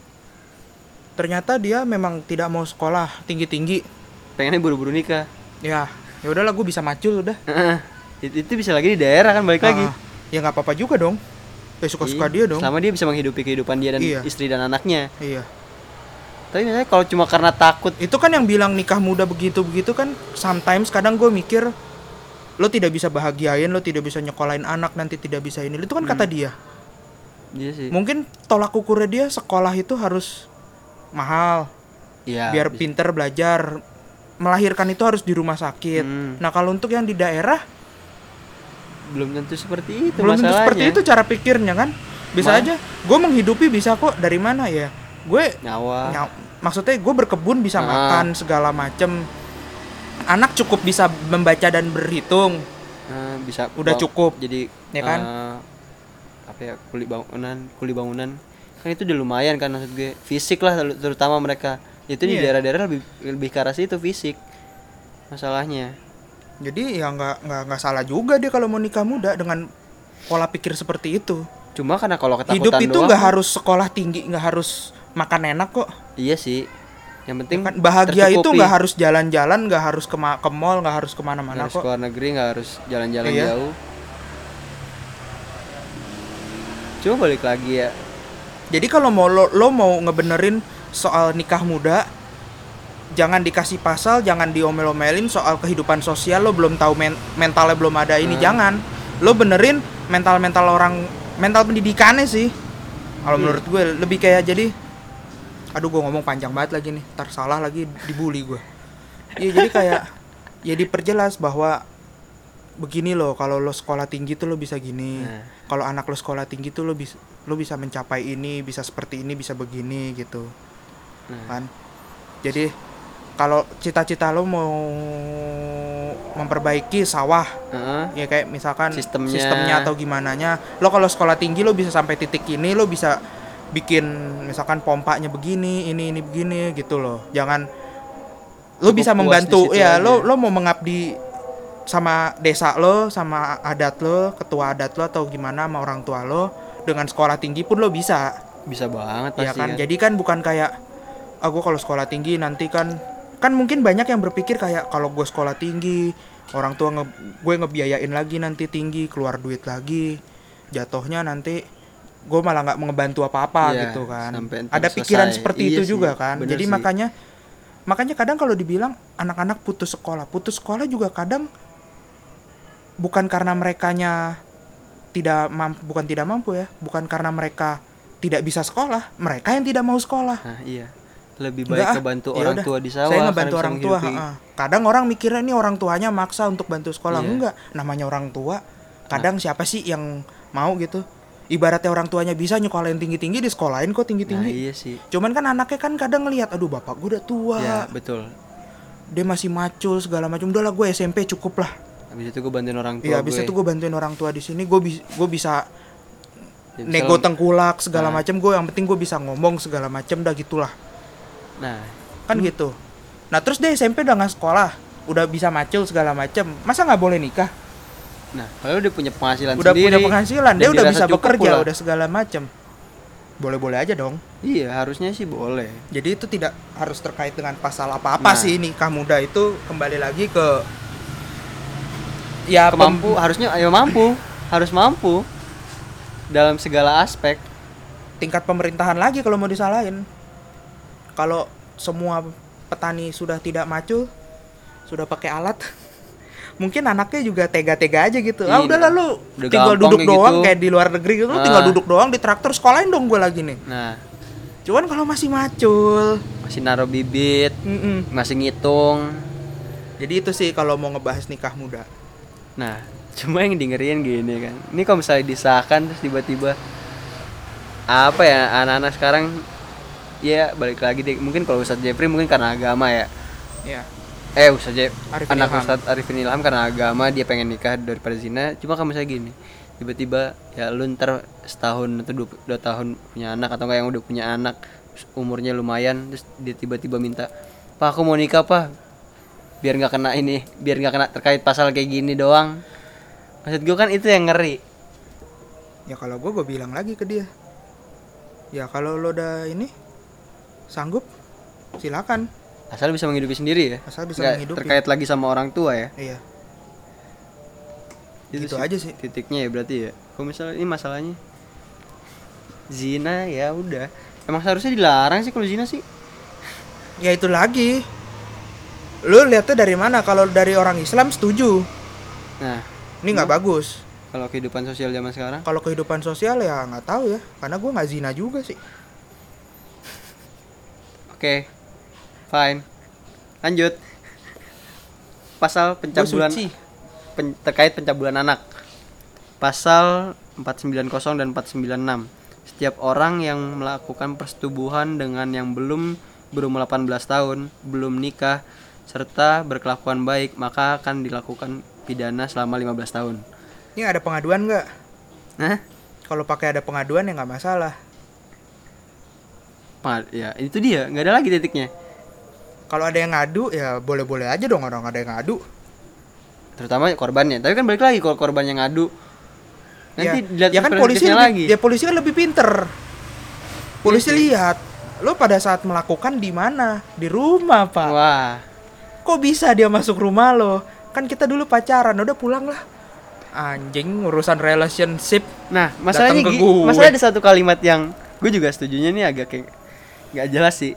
ternyata dia memang tidak mau sekolah tinggi-tinggi, pengennya buru-buru nikah. ya udahlah gue bisa macul udah. Heeh. Itu bisa lagi di daerah kan, balik lagi. Ya nggak apa-apa juga dong. Ya suka-suka Iya, dia dong. selama dia bisa menghidupi kehidupan dia dan Iya. istri dan anaknya. Iya. Tapi misalnya kalau cuma karena takut, Itu kan yang bilang nikah muda begitu-begitu kan, sometimes kadang gue mikir lo tidak bisa bahagiain, lo tidak bisa nyekolahin anak, nanti tidak bisa ini. Itu kan kata dia. iya sih. Mungkin tolak ukurnya dia sekolah itu harus mahal, Iya. biar bisa. pinter belajar. Melahirkan itu harus di rumah sakit. Nah kalau untuk yang di daerah Belum tentu seperti itu belum tentu masalahnya. seperti itu cara pikirnya kan. Bisa aja gue menghidupi bisa kok, dari mana ya, gue Nyawa. maksudnya gue berkebun bisa makan segala macem, anak cukup bisa membaca dan berhitung, Bisa udah cukup. Jadi Ya kan? Apa ya, kuli bangunan kan itu udah lumayan kan, maksud gue fisik lah terutama mereka itu di Iya. daerah-daerah lebih ke arah situ fisik masalahnya. Jadi ya nggak salah juga dia kalau mau nikah muda dengan pola pikir seperti itu. Cuma karena kalau ketakutan Hidup itu doang nggak kan- harus sekolah tinggi, nggak harus makan enak kok. Iya sih, yang penting Kan bahagia itu tercukupi. nggak harus jalan-jalan, nggak harus ke mall, nggak harus Nggak kemana-mana harus kok. ke luar negeri, nggak harus jalan-jalan Iya. jauh. Cuma balik lagi ya, Jadi kalau mau lo mau ngebenerin soal nikah muda, jangan dikasih pasal, jangan diomel-omelin soal kehidupan sosial. Lo belum tahu mentalnya belum ada ini, jangan. Lo benerin mental pendidikannya sih. Kalau menurut gue lebih kayak jadi, aduh gue ngomong panjang banget lagi nih, ntar salah lagi dibully gue. Iya jadi kayak Ya diperjelas bahwa begini loh, kalau lo sekolah tinggi tuh lo bisa gini. Kalau anak lo sekolah tinggi tuh lo bisa mencapai ini, bisa seperti ini, bisa begini gitu. Kan? Jadi kalau cita-cita lo mau memperbaiki sawah, ya kayak misalkan sistemnya atau gimananya, lo kalau sekolah tinggi lo bisa sampai titik ini, lo bisa bikin misalkan pompanya begini, ini begini gitu loh. Jangan lo bisa membantu ya, lo mau mengabdi sama desa lo, sama adat lo, ketua adat lo atau gimana sama orang tua lo, dengan sekolah tinggi pun lo bisa banget ya kan? Jadi kan bukan kayak gue kalau sekolah tinggi nanti kan mungkin banyak yang berpikir kayak kalau gue sekolah tinggi orang tua gue ngebiayain lagi nanti tinggi, keluar duit lagi, jatuhnya nanti gue malah nggak ngebantu apa-apa gitu kan. Ada pikiran seperti itu juga kan. Jadi makanya kadang kalau dibilang anak-anak putus sekolah juga kadang bukan karena merekanya bukan tidak mampu ya, bukan karena mereka tidak bisa sekolah, mereka yang tidak mau sekolah. Nah, iya. Lebih baik ngebantu orang tua di sawah. Saya ngebantu orang tua. Kadang orang mikirnya ini orang tuanya maksa untuk bantu sekolah. Enggak, namanya orang tua. Kadang siapa sih yang mau gitu? Ibaratnya orang tuanya bisa nyekolahin tinggi-tinggi, di sekolahin kok tinggi-tinggi. Nah, iya sih. Cuman kan anaknya kan kadang ngelihat, aduh bapak gue udah tua. Ya, betul. Dia masih macul segala macam. Udahlah gue SMP cukup lah. Habis itu gue bantuin orang tua. Iya, habis itu gue bantuin orang tua di sini. Gue bisa nego tengkulak segala macam. Gue yang penting gue bisa ngomong segala macam, dah gitulah. Nah, kan gitu. Nah, terus dia SMP udah nggak sekolah, udah bisa macul segala macam. Masa nggak boleh nikah? Nah, kalau udah punya penghasilan sendiri. Udah punya penghasilan, dia udah bisa bekerja, pula. Udah segala macam. Boleh-boleh aja dong. Iya, harusnya sih boleh. Jadi itu tidak harus terkait dengan pasal apa-apa sih nikah muda itu, kembali lagi ke ya harusnya mampu, harus mampu dalam segala aspek. Tingkat pemerintahan lagi kalau mau disalahin. Kalau semua petani sudah tidak macul, sudah pakai alat, mungkin anaknya juga tega-tega aja gitu. Iya, udahlah lu tinggal duduk doang gitu. Kayak di luar negeri gitu, lu tinggal duduk doang di traktor, sekolahin dong gue lagi nih. Nah, cuman kalau masih macul, masih naruh bibit, masih ngitung. Jadi itu sih kalau mau ngebahas nikah muda. Nah, cuma yang dengerin gini kan. Ini kalau misalnya disahkan terus tiba-tiba apa ya, anak-anak sekarang ya balik lagi deh, mungkin kalau Ustadz Jeffrey mungkin karena agama ya. Iya. Ustadz Ustadz Arifin Ilham karena agama dia pengen nikah daripada zina. Cuma kalau misalnya gini, tiba-tiba ya lu ntar setahun atau 2 tahun punya anak, atau enggak yang udah punya anak umurnya lumayan, terus dia tiba-tiba minta, "Pak, aku mau nikah, Pak." Biar nggak kena terkait pasal kayak gini doang. Maksud gue kan itu yang ngeri. Ya kalau gue bilang lagi ke dia, ya kalau lo udah ini sanggup, silakan. Asal bisa menghidupi sendiri ya. Asal bisa menghidupi. Terkait lagi sama orang tua ya. Iya. Itu gitu aja sih titiknya ya berarti ya. Kalau misalnya ini masalahnya zina, ya udah. Emang seharusnya dilarang sih kalau zina sih. Ya itu lagi. Lu lihatnya dari mana? Kalau dari orang Islam setuju. Nah, ini nggak bagus. Kalau kehidupan sosial zaman sekarang? Kalau kehidupan sosial ya nggak tahu ya, karena gue nggak zina juga sih. Oke, fine. Lanjut. Pasal pencabulan terkait pencabulan anak. Pasal 490 dan 496. Setiap orang yang melakukan persetubuhan dengan yang belum berusia 18 tahun, belum nikah, serta berkelakuan baik, maka akan dilakukan pidana selama 15 tahun. Ini ada pengaduan nggak? Hah? Kalau pakai ada pengaduan ya nggak masalah. Ya itu dia, nggak ada lagi titiknya. Kalau ada yang ngadu ya boleh-boleh aja dong orang ada yang ngadu. Terutama korbannya. Tapi kan balik lagi kalau korbannya ngadu, nanti dilihat ya kan polisi lagi. Ya polisi kan lebih pinter. Polisi lihat lo pada saat melakukan di mana? Di rumah, Pak. Wah. Kok bisa dia masuk rumah lo? Kan kita dulu pacaran, udah pulang lah. Anjing, urusan relationship. Nah, masalahnya ada satu kalimat yang gue juga setujunya nih agak kayak nggak jelas sih.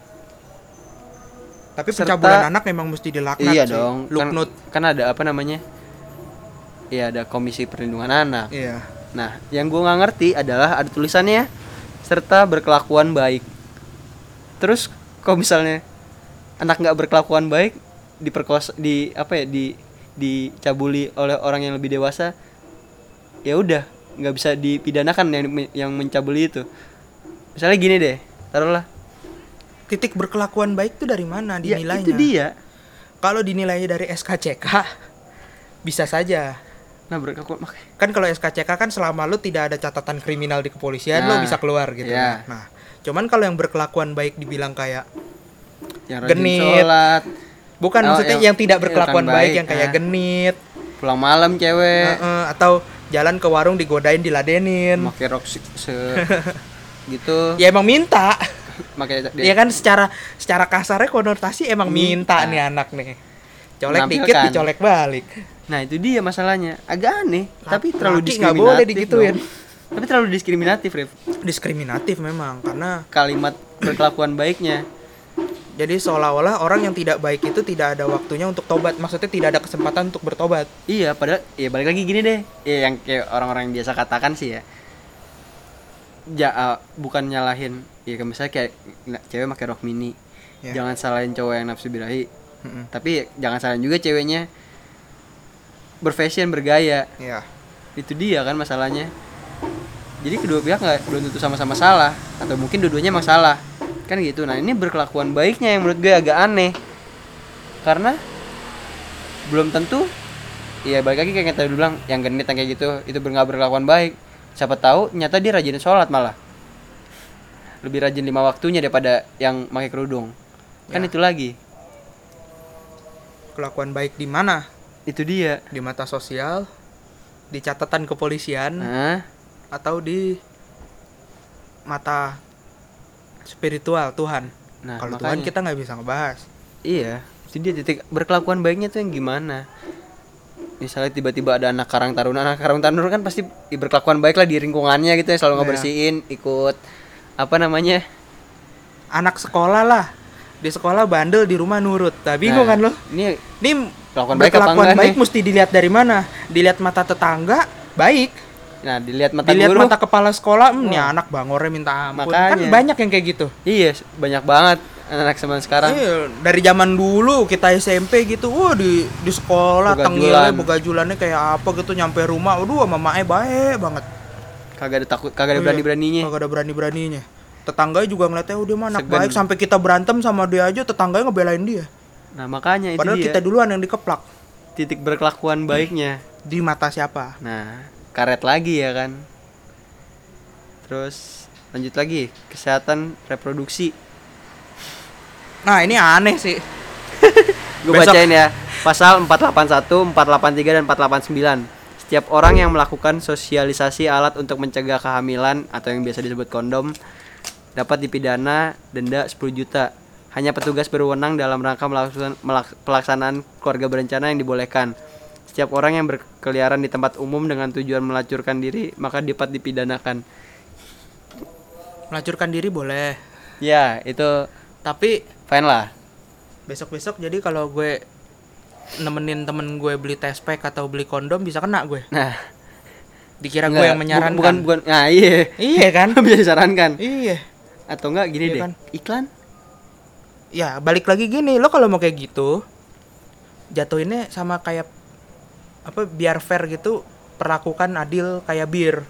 Tapi pencabulan anak memang mesti dilaknat. Iya sih. Dong. Kan ada apa namanya? Iya, ada Komisi Perlindungan Anak. Iya. Nah, yang gue nggak ngerti adalah ada tulisannya serta berkelakuan baik. Terus kalau misalnya anak nggak berkelakuan baik, diperkosa, di apa ya, dicabuli oleh orang yang lebih dewasa, ya udah nggak bisa dipidanakan yang mencabuli itu. Misalnya gini deh, taruhlah titik berkelakuan baik tuh dari mana ya dinilainya? itu dia. Kalau dinilainya dari SKCK bisa saja. Nah berkelakuan Kan kalau SKCK kan selama lu tidak ada catatan kriminal di kepolisian lu bisa keluar gitu. ya. Nah, cuman kalau yang berkelakuan baik dibilang kayak yang rajin genit, sholat, bukan maksudnya yang tidak berkelakuan baik yang kayak genit, pulang malam cewek, atau jalan ke warung digodain diladenin, pakai rok gitu. Ya emang minta. Makanya Ya kan secara kasarnya konotasi emang minta nih anak nih. Colek dikit dicolek balik. Nah itu dia masalahnya, agak aneh, tapi terlalu diskriminatif. Nggak boleh digituin. Tapi terlalu diskriminatif, Rif. Diskriminatif memang karena kalimat berkelakuan baiknya. Jadi seolah-olah orang yang tidak baik itu tidak ada waktunya untuk tobat. Maksudnya tidak ada kesempatan untuk bertobat. Iya, padahal ya balik lagi gini deh. Ya yang kayak orang-orang yang biasa katakan sih ya. Bukan nyalahin. Ya misalnya kayak cewek pakai rok mini. Yeah. Jangan salahin cowok yang nafsu birahi. Tapi jangan salahin juga ceweknya berfashion, bergaya. Iya. Itu dia kan masalahnya. Jadi kedua pihak nggak belum tentu sama-sama salah, atau mungkin dua-duanya emang salah, kan gitu. Nah ini berkelakuan baiknya yang menurut gue agak aneh, karena belum tentu. Ya balik lagi kayak tadi bilang, yang genit yang kayak gitu itu nggak berkelakuan baik. Siapa tahu nyata dia rajin sholat, malah lebih rajin 5 waktunya daripada yang pakai kerudung. Kan itu lagi kelakuan baik di mana? Itu dia, di mata sosial, di catatan kepolisian, atau di mata spiritual Tuhan. Nah, kalau Tuhan kita nggak bisa ngebahas. Iya, itu dia titik berkelakuan baiknya tuh yang gimana. Misalnya tiba-tiba ada anak Karang Taruna kan pasti berkelakuan baik lah di lingkungannya gitu ya, selalu ngebersihin, ikut apa namanya, anak sekolah lah, di sekolah bandel, di rumah nurut. Tapi bingung kan lo? Ini berkelakuan baik mesti dilihat dari mana? Dilihat mata tetangga baik. Nah, dilihat guru, mata kepala sekolah, nih anak bangornya minta ampun. Makanya. Kan banyak yang kayak gitu. Iya, banyak banget anak zaman sekarang. Iya, dari zaman dulu kita SMP gitu, di sekolah tengilnya begajulannya kayak apa gitu, nyampe rumah, sama maknya baik banget. Kagak ada berani-beraninya. Tetangganya juga ngeliatnya dia mah anak baik, sampai kita berantem sama dia aja tetangganya ngebelain dia. Nah, makanya itu padahal dia. Kita duluan yang dikeplak. Titik berkelakuan baiknya di mata siapa? Nah, karet lagi ya kan. Terus lanjut lagi, kesehatan reproduksi. Nah, ini aneh sih. Gue bacain ya. Pasal 481, 483 dan 489. Setiap orang yang melakukan sosialisasi alat untuk mencegah kehamilan atau yang biasa disebut kondom dapat dipidana denda 10 juta. Hanya petugas berwenang dalam rangka pelaksanaan keluarga berencana yang dibolehkan. Setiap orang yang berkeliaran di tempat umum dengan tujuan melacurkan diri maka dapat dipidanakan. Melacurkan diri boleh. Ya, itu tapi fine lah. Besok-besok jadi kalau gue nemenin temen gue beli test pack atau beli kondom bisa kena gue. Nah, dikira gue yang menyarankan. Bukan. Nah, iya. Iya kan? Bisa disarankan. Iya. Atau enggak gini deh. Kan? Iklan. Ya, balik lagi gini, lo kalau mau kayak gitu jatuhinnya sama kayak biar fair gitu, perlakukan adil kayak bir.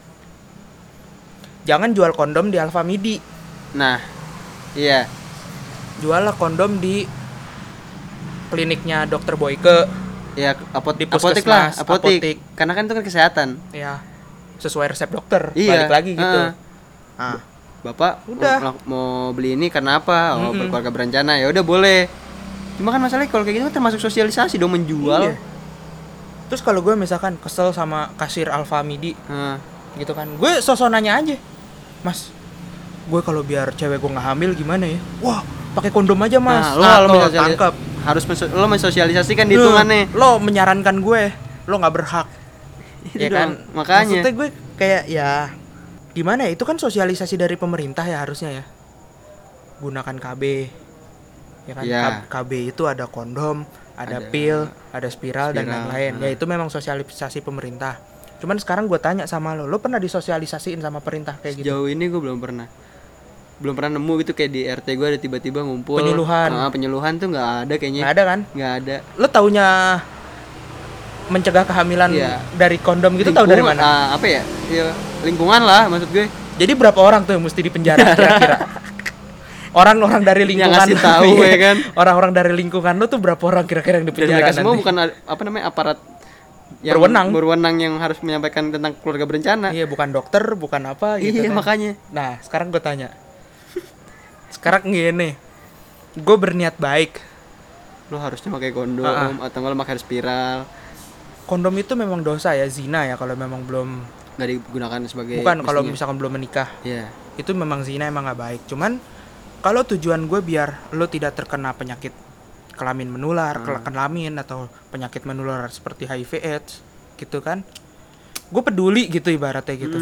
Jangan jual kondom di Alfamidi. Nah, iya. Jual kondom di kliniknya Dokter Boyke. Ya, apotek. Karena kan itu kan kesehatan. Ya, sesuai resep dokter. Iya. Balik lagi gitu. Nah, Bapak udah mau beli ini karena apa? Berkeluarga berencana. Ya udah boleh. Cuma kan masalahnya kalau kayak gitu kan termasuk sosialisasi dong, menjual. Iya. Terus kalau gue misalkan kesel sama kasir Alfamidi, gitu kan, gue sosok nanya aja, Mas, gue kalau biar cewek gue nggak hamil gimana ya? Wah, pakai kondom aja Mas. Nah, lo tangkap. Lo mensosialisasikan hitungannya. Lo menyarankan gue, lo nggak berhak. Ya kan? Makanya. Maksudnya gue kayak ya gimana ya? Itu kan sosialisasi dari pemerintah ya harusnya ya. Gunakan KB. Ya kan? Ya. KB itu ada kondom, ada pil, ada spiral dan lain-lain. Ya itu memang sosialisasi pemerintah. Cuman sekarang gue tanya sama lo pernah disosialisasiin sama perintah kayak gitu? Sejauh ini gue belum pernah. belum pernah nemu gitu kayak di RT gue ada tiba-tiba ngumpul penyuluhan tuh nggak ada kayaknya. Nggak ada kan? Nggak ada. Lo taunya mencegah kehamilan dari kondom gitu tahu dari mana? Apa ya? Ya lingkungan lah maksud gue. Jadi berapa orang tuh yang mesti dipenjara kira-kira? Orang-orang dari lingkungan yang ngasih tahu ya kan. Orang-orang dari lingkungan lo tuh berapa orang kira-kira yang dipenjara? Mereka semua bukan apa namanya aparat yang berwenang yang harus menyampaikan tentang keluarga berencana. Iya, bukan dokter, bukan apa gitu. Iya, kan. makanya. Nah, sekarang gue tanya. Sekarang gini. Gue berniat baik. Lo harusnya pakai kondom atau enggak lo pakai spiral. Kondom itu memang dosa ya, zina ya kalau memang belum nggak digunakan sebagai bukan kalau misalkan belum menikah. Iya. Itu memang zina, emang nggak baik. Cuman kalau tujuan gue biar lo tidak terkena penyakit kelamin menular, kelamin atau penyakit menular seperti HIV AIDS gitu kan. Gue peduli gitu ibaratnya gitu.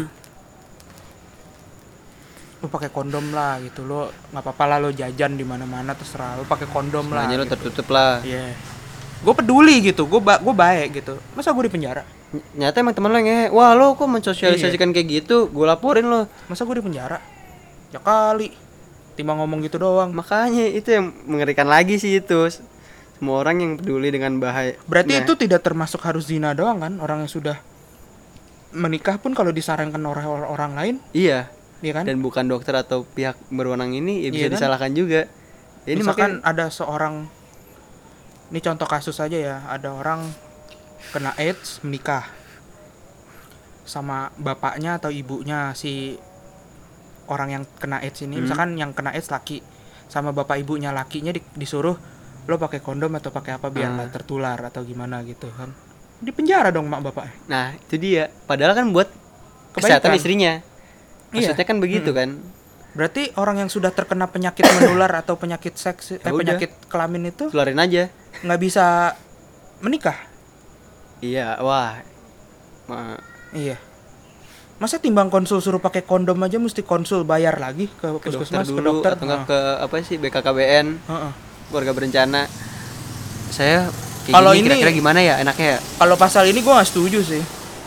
Lo pakai kondom lah gitu. Lo enggak apa-apa lah lo jajan di mana-mana terserah. Lo pakai kondom lah. Lo gitu. tertutup lah. Iya. Yeah. Gue peduli gitu. Gue baik gitu. Masa gue di penjara? Nyata emang teman lo yang wah lo kok mensosialisasikan kayak gitu, gue laporin lo. Masa gue di penjara? Ya kali. Timbang ngomong gitu doang. Makanya itu yang mengerikan lagi sih itu. Semua orang yang peduli dengan bahaya. Berarti itu tidak termasuk harus zina doang kan? Orang yang sudah menikah pun kalau disarankan orang lain. Iya. Iya kan? Dan bukan dokter atau pihak berwenang ini ya bisa kan? disalahkan juga. Ini misalkan ada seorang, ini contoh kasus aja ya, ada orang kena AIDS menikah sama bapaknya atau ibunya si orang yang kena AIDS ini. Misalkan yang kena AIDS laki, sama bapak ibunya lakinya disuruh lo pakai kondom atau pakai apa biar nggak tertular atau gimana gitu kan. Di penjara dong mak bapaknya. Nah itu dia, padahal kan buat kesehatan istrinya. Maksudnya kan begitu kan. Berarti orang yang sudah terkena penyakit menular atau penyakit seks penyakit kelamin itu tularin aja, nggak bisa menikah. Iya, wah. Iya. Masa timbang konsul suruh pakai kondom aja mesti konsul bayar lagi ke puskesmas, ke dokter atau enggak ke apa sih BKKBN, keluarga berencana. Saya kalau ini kira-kira gimana ya enaknya ya? Kalau pasal ini gue nggak setuju sih.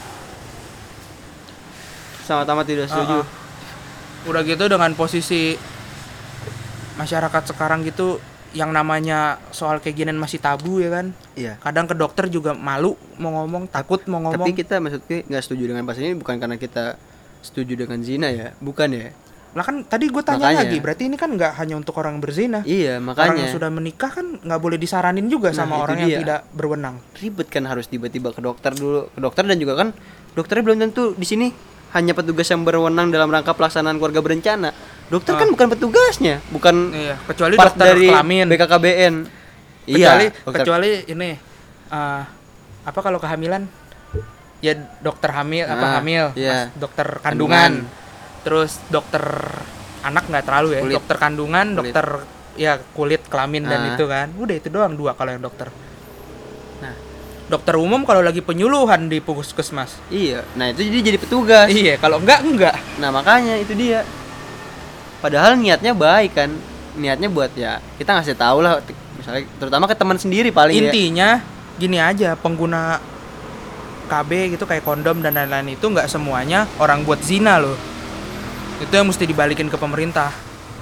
Sama-sama tidak setuju. Udah gitu dengan posisi masyarakat sekarang gitu yang namanya soal kayak ginian masih tabu ya kan. Iya. Kadang ke dokter juga malu mau ngomong, takut mau ngomong. Tapi kita maksudnya nggak setuju dengan pasal ini bukan karena kita setuju dengan zina ya, bukan ya. Lah kan tadi gue tanya lagi, berarti ini kan nggak hanya untuk orang berzina. Iya, makanya. Orang yang sudah menikah kan nggak boleh disaranin juga sama orang yang tidak berwenang. Ribet kan harus tiba-tiba ke dokter dulu, ke dokter dan juga kan dokternya belum tentu di sini hanya petugas yang berwenang dalam rangka pelaksanaan keluarga berencana. Dokter kan bukan petugasnya, bukan kecuali part dokter dari kelamin BKKBN. Kecuali ini apa kalau kehamilan ya dokter hamil hamil, dokter kandungan. Terus dokter anak nggak terlalu ya, kulit. Dokter kandungan, dokter ya kulit kelamin dan itu kan. Udah itu doang 2 kalau yang dokter. Nah, dokter umum kalau lagi penyuluhan di puskesmas. Iya. Nah, itu jadi petugas. Iya, kalau enggak. Nah, makanya itu dia. Padahal niatnya baik kan. Niatnya buat ya kita ngasih tahu lah misalnya terutama ke teman sendiri paling. Intinya gini aja, pengguna KB gitu kayak kondom dan lain-lain itu enggak semuanya orang buat zina loh. Itu yang mesti dibalikin ke pemerintah.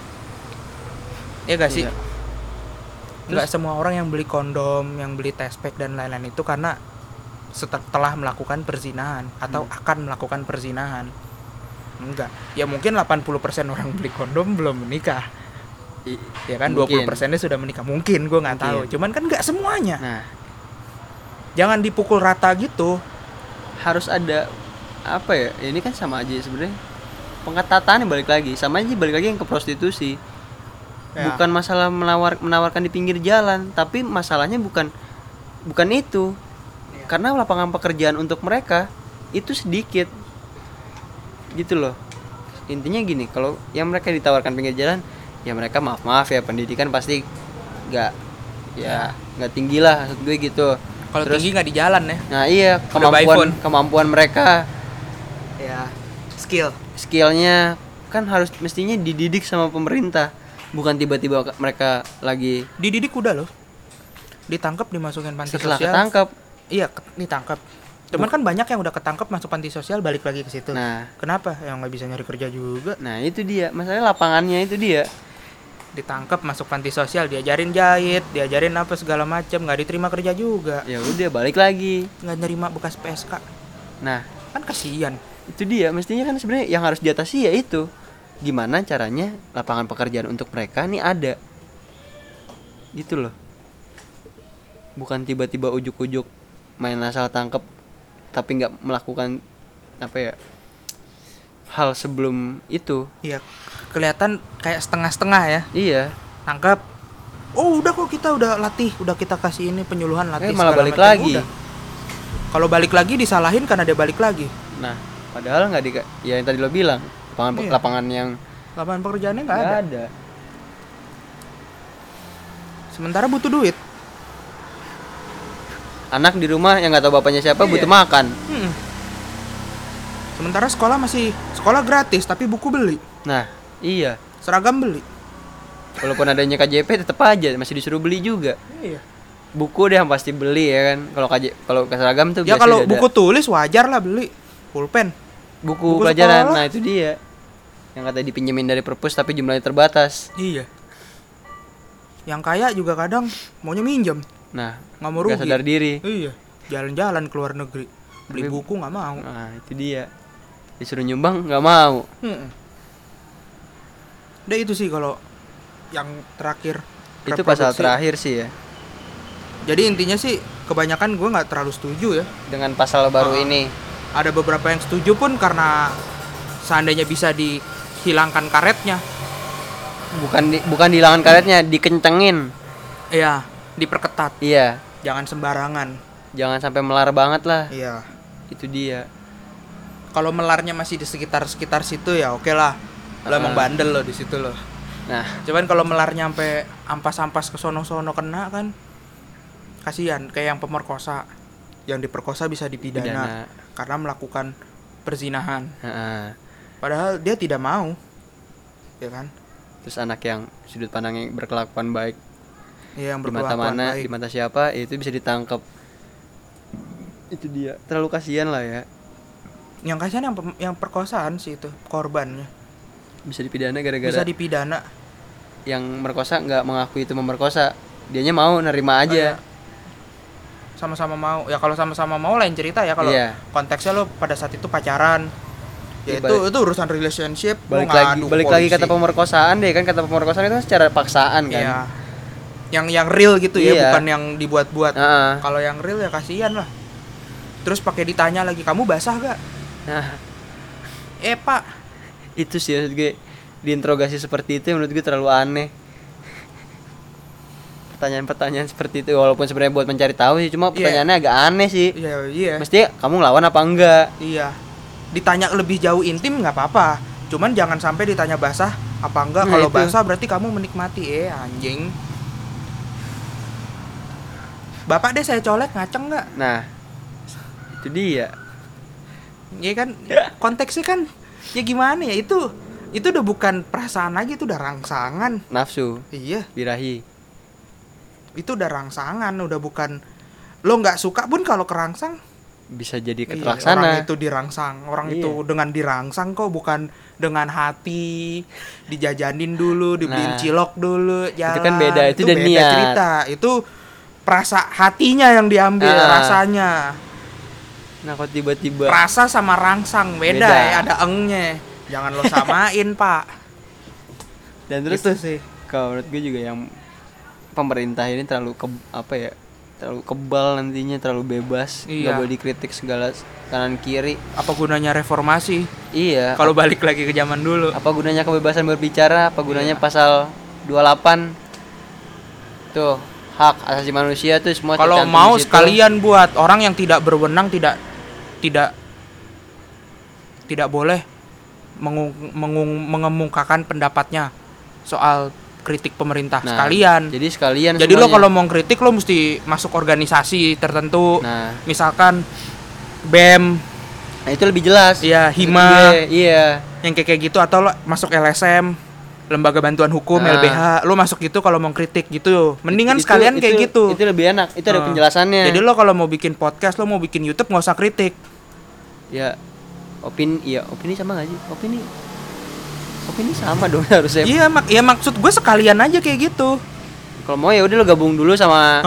Ya gak sih? Enggak semua orang yang beli kondom, yang beli tespek dan lain-lain itu karena setelah melakukan perzinahan atau akan melakukan perzinahan. Enggak. Ya mungkin 80% orang beli kondom belum menikah. Ya kan mungkin. 20%-nya sudah menikah. Mungkin gue enggak tahu. Cuman kan enggak semuanya. Nah, jangan dipukul rata gitu. Harus ada apa ya? Ini kan sama aja sebenarnya. Pengetatan balik lagi yang ke prostitusi. Ya. Bukan masalah menawarkan di pinggir jalan, tapi masalahnya bukan itu. Ya. Karena lapangan pekerjaan untuk mereka itu sedikit. Gitu loh. Intinya gini, kalau yang mereka ditawarkan pinggir jalan, ya mereka maaf ya pendidikan pasti enggak tinggi lah maksud gue gitu. Kalau tinggi enggak di jalan ya. Nah, iya, kemampuan mereka ya skillnya kan harus mestinya dididik sama pemerintah, bukan tiba-tiba mereka lagi dididik udah loh, ditangkap dimasukin panti setelah sosial. Ketangkap iya ditangkap Cuman kan banyak yang udah ketangkep masuk panti sosial balik lagi ke situ. Nah, kenapa? Yang nggak bisa nyari kerja juga. nah itu dia, masalahnya lapangannya itu dia. Ditangkap masuk panti sosial, diajarin jahit, diajarin apa segala macam, nggak diterima kerja juga. Ya udah balik lagi. Nggak nerima bekas PSK. Nah, kan kasihan. Itu dia, mestinya kan sebenarnya yang harus diatasi ya itu. Gimana caranya lapangan pekerjaan untuk mereka nih ada. Gitu loh. Bukan tiba-tiba ujuk-ujuk main asal tangkep tapi nggak melakukan apa ya, hal sebelum itu. Iya, kelihatan kayak setengah-setengah ya. Iya. Tangkap. Oh udah kok, kita udah latih, udah kita kasih ini penyuluhan latih. Malah balik macam. Lagi. Kalau balik lagi disalahin karena dia balik lagi. Nah, padahal nggak ya yang tadi lo bilang lapangan yang lapangan pekerjaannya nggak ada. Sementara butuh duit. Anak di rumah yang nggak tahu bapaknya siapa butuh makan. Sementara sekolah gratis tapi buku beli. Nah, iya. Seragam beli. Walaupun adanya KJP tetap aja masih disuruh beli juga. Iya. Buku deh yang pasti beli ya kan. Kalau seragam tuh ya kalau buku tulis wajar lah beli. Pulpen. Buku pelajaran. Sekolah. Nah, itu dia. Yang kata dipinjemin dari perpus tapi jumlahnya terbatas. Iya. Yang kaya juga kadang maunya minjem. Nah, nggak mau rugi. Gak sadar diri. Iya. Jalan-jalan ke luar negeri. Beli buku nggak mau. Nah, itu dia. Disuruh nyumbang nggak mau. Udah itu sih kalau yang terakhir. Itu pasal terakhir sih ya. Jadi intinya sih kebanyakan gue nggak terlalu setuju ya dengan pasal baru ini. Ada beberapa yang setuju pun karena seandainya bisa dihilangkan karetnya. Bukan dihilangkan karetnya, dikencengin. Iya, diperketat. Iya. Jangan sembarangan. Jangan sampai melar banget lah. Iya. Itu dia. Kalau melarnya masih di sekitar situ ya oke lah. Lo emang bandel lo di situ lo. Nah, cuman kalau melarnya sampai ampas-ampas ke sono-sono kena kan kasihan. Kayak yang pemerkosa. Yang diperkosa bisa dipidana karena melakukan perzinahan. Padahal dia tidak mau. Ya kan? Terus anak yang sudut pandangnya berkelakuan baik. Iya, yang di mata mana, baik. Di mata siapa, itu bisa ditangkap. Itu dia. Terlalu kasihan lah ya. Yang kasihan yang perkosaan sih itu, korbannya. Bisa dipidana gara-gara. Bisa dipidana. Yang merkosa nggak mengakui itu memerkosa. Dianya mau nerima aja. Sama-sama mau. Ya kalau sama-sama mau lain cerita ya. Kalau konteksnya lo pada saat itu pacaran. Ya itu urusan relationship. Balik lagi kata pemerkosaan deh kan, kata pemerkosaan itu secara paksaan kan. Iya. Yang real gitu ya, bukan yang dibuat-buat. Kalau yang real ya kasihan lah. Terus pakai ditanya lagi, kamu basah gak? Nah, Pak. Itu sih maksud gue, diinterogasi seperti itu menurut gue terlalu aneh. Pertanyaan-pertanyaan seperti itu walaupun sebenarnya buat mencari tahu sih, cuma pertanyaannya agak aneh sih. Iya. Mesti kamu ngelawan apa enggak? Iya. Ditanya lebih jauh intim nggak apa-apa. Cuman jangan sampai ditanya basah apa enggak. Kalau basah berarti kamu menikmati. Anjing. Bapak deh saya colek ngaceng nggak? Nah, itu dia. Iya kan, konteksnya kan ya gimana ya, itu udah bukan perasaan lagi, itu udah rangsangan. Nafsu. Iya. Birahi. Itu udah rangsangan, udah bukan lo nggak suka pun kalau kerangsang bisa jadi terlaksana. Orang itu dirangsang, itu dengan dirangsang kok, bukan dengan hati dijajanin dulu, dibeliin cilok dulu, jalan. Itu kan beda, itu udah beda niat. Cerita. Itu perasa hatinya yang diambil, rasanya. Nah, kok tiba-tiba rasa sama rangsang beda. Ya, ada engnya. Jangan lo samain, Pak. Dan terus itu sih. Kalau menurut gue juga yang pemerintah ini terlalu terlalu kebal nantinya, terlalu bebas, nggak boleh dikritik segala kanan kiri. Apa gunanya reformasi? Iya. Kalau balik lagi ke zaman dulu. Apa gunanya kebebasan berbicara? Apa gunanya pasal 28? Tuh, hak asasi manusia tuh semua. Kalau mau sekalian buat orang yang tidak berwenang, tidak boleh mengemukakan pendapatnya soal kritik pemerintah. Sekalian. Jadi sekalian. Jadi semuanya. Lo kalau mau kritik lo mesti masuk organisasi tertentu. Misalkan BEM. Nah, itu lebih jelas. Iya, Hima. Iya. Yang kayak gitu, atau lo masuk LSM. lembaga bantuan hukum, LBH, lo masuk gitu kalau mau kritik gitu. Mendingan sekalian kayak gitu. Itu lebih enak. Itu ada penjelasannya. Jadi lo kalau mau bikin podcast, lo mau bikin YouTube nggak usah kritik. Ya, opini sama nggak sih? Opini sama dong harusnya. Iya, maksud gue sekalian aja kayak gitu. Kalau mau ya udah lo gabung dulu sama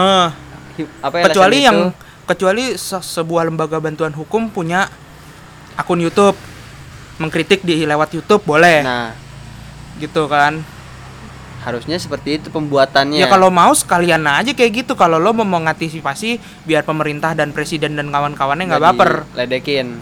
kecuali sebuah lembaga bantuan hukum punya akun YouTube, mengkritik di lewat YouTube boleh. Nah, gitu kan. Harusnya seperti itu pembuatannya. Ya kalau mau sekalian aja kayak gitu. Kalau lo mau mengantisipasi biar pemerintah dan presiden dan kawan-kawannya nggak baper. Ledekin.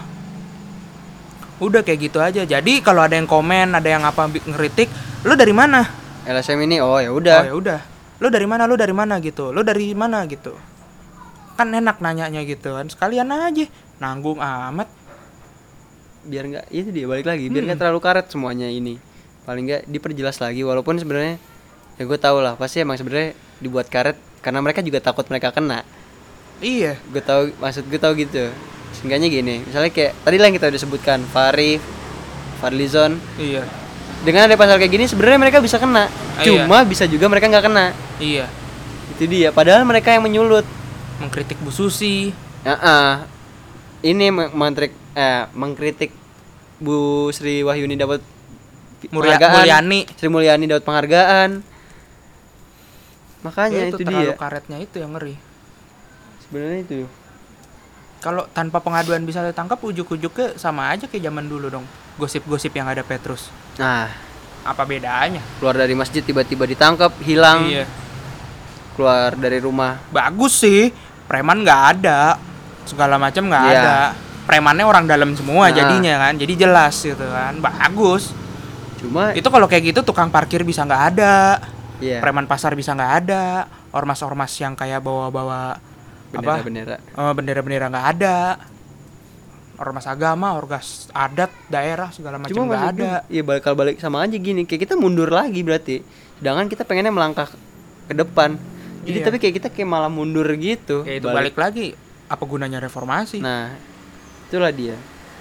Udah kayak gitu aja. Jadi kalau ada yang komen, ada yang ngeritik, lo dari mana? LSM ini ya udah. Lo dari mana? Gitu. Lo dari mana gitu. Kan enak nanyanya gitu kan. Sekalian aja. Nanggung amat. Biar nggak, itu dia balik lagi. Biar nggak terlalu karet semuanya ini. Paling nggak diperjelas lagi. Walaupun sebenarnya ya gue tau lah. Pasti emang sebenarnya dibuat karet karena mereka juga takut mereka kena. Iya. Gue tahu gitu. Seenggaknya gini, misalnya kayak tadi lah yang kita udah sebutkan, Fadlizon. Iya. Dengan ada pasal kayak gini sebenarnya mereka bisa kena. Cuma bisa juga mereka nggak kena. Iya. Itu dia. Padahal mereka yang menyulut, mengkritik Bu Susi. Ini mengkritik Bu Sri Wahyuni dapat penghargaan. Sri Mulyani dapat penghargaan. Makanya itu dia. Terlalu karetnya itu yang ngeri. Sebenarnya itu. Kalau tanpa pengaduan bisa ditangkap, ujuk-ujuknya sama aja kayak zaman dulu dong. Gosip-gosip yang ada Petrus. Nah, apa bedanya? Keluar dari masjid tiba-tiba ditangkap, hilang. Iya. Keluar dari rumah. Bagus sih. Preman nggak ada. Segala macam nggak ada. Premannya orang dalam semua jadinya kan. Jadi jelas gitu kan. Bagus. Cuma itu kalau kayak gitu tukang parkir bisa nggak ada. Iya. Preman pasar bisa nggak ada. Ormas-ormas yang kayak bawa-bawa bendera-bendera nggak ada. Ormas agama, ormas adat, daerah segala macam nggak ada. Iya, balik sama aja gini. Kayak kita mundur lagi berarti. Sedangkan kita pengennya melangkah ke depan. Jadi tapi kayak kita malah mundur gitu. Ya itu balik lagi. Apa gunanya reformasi? Nah, itulah dia.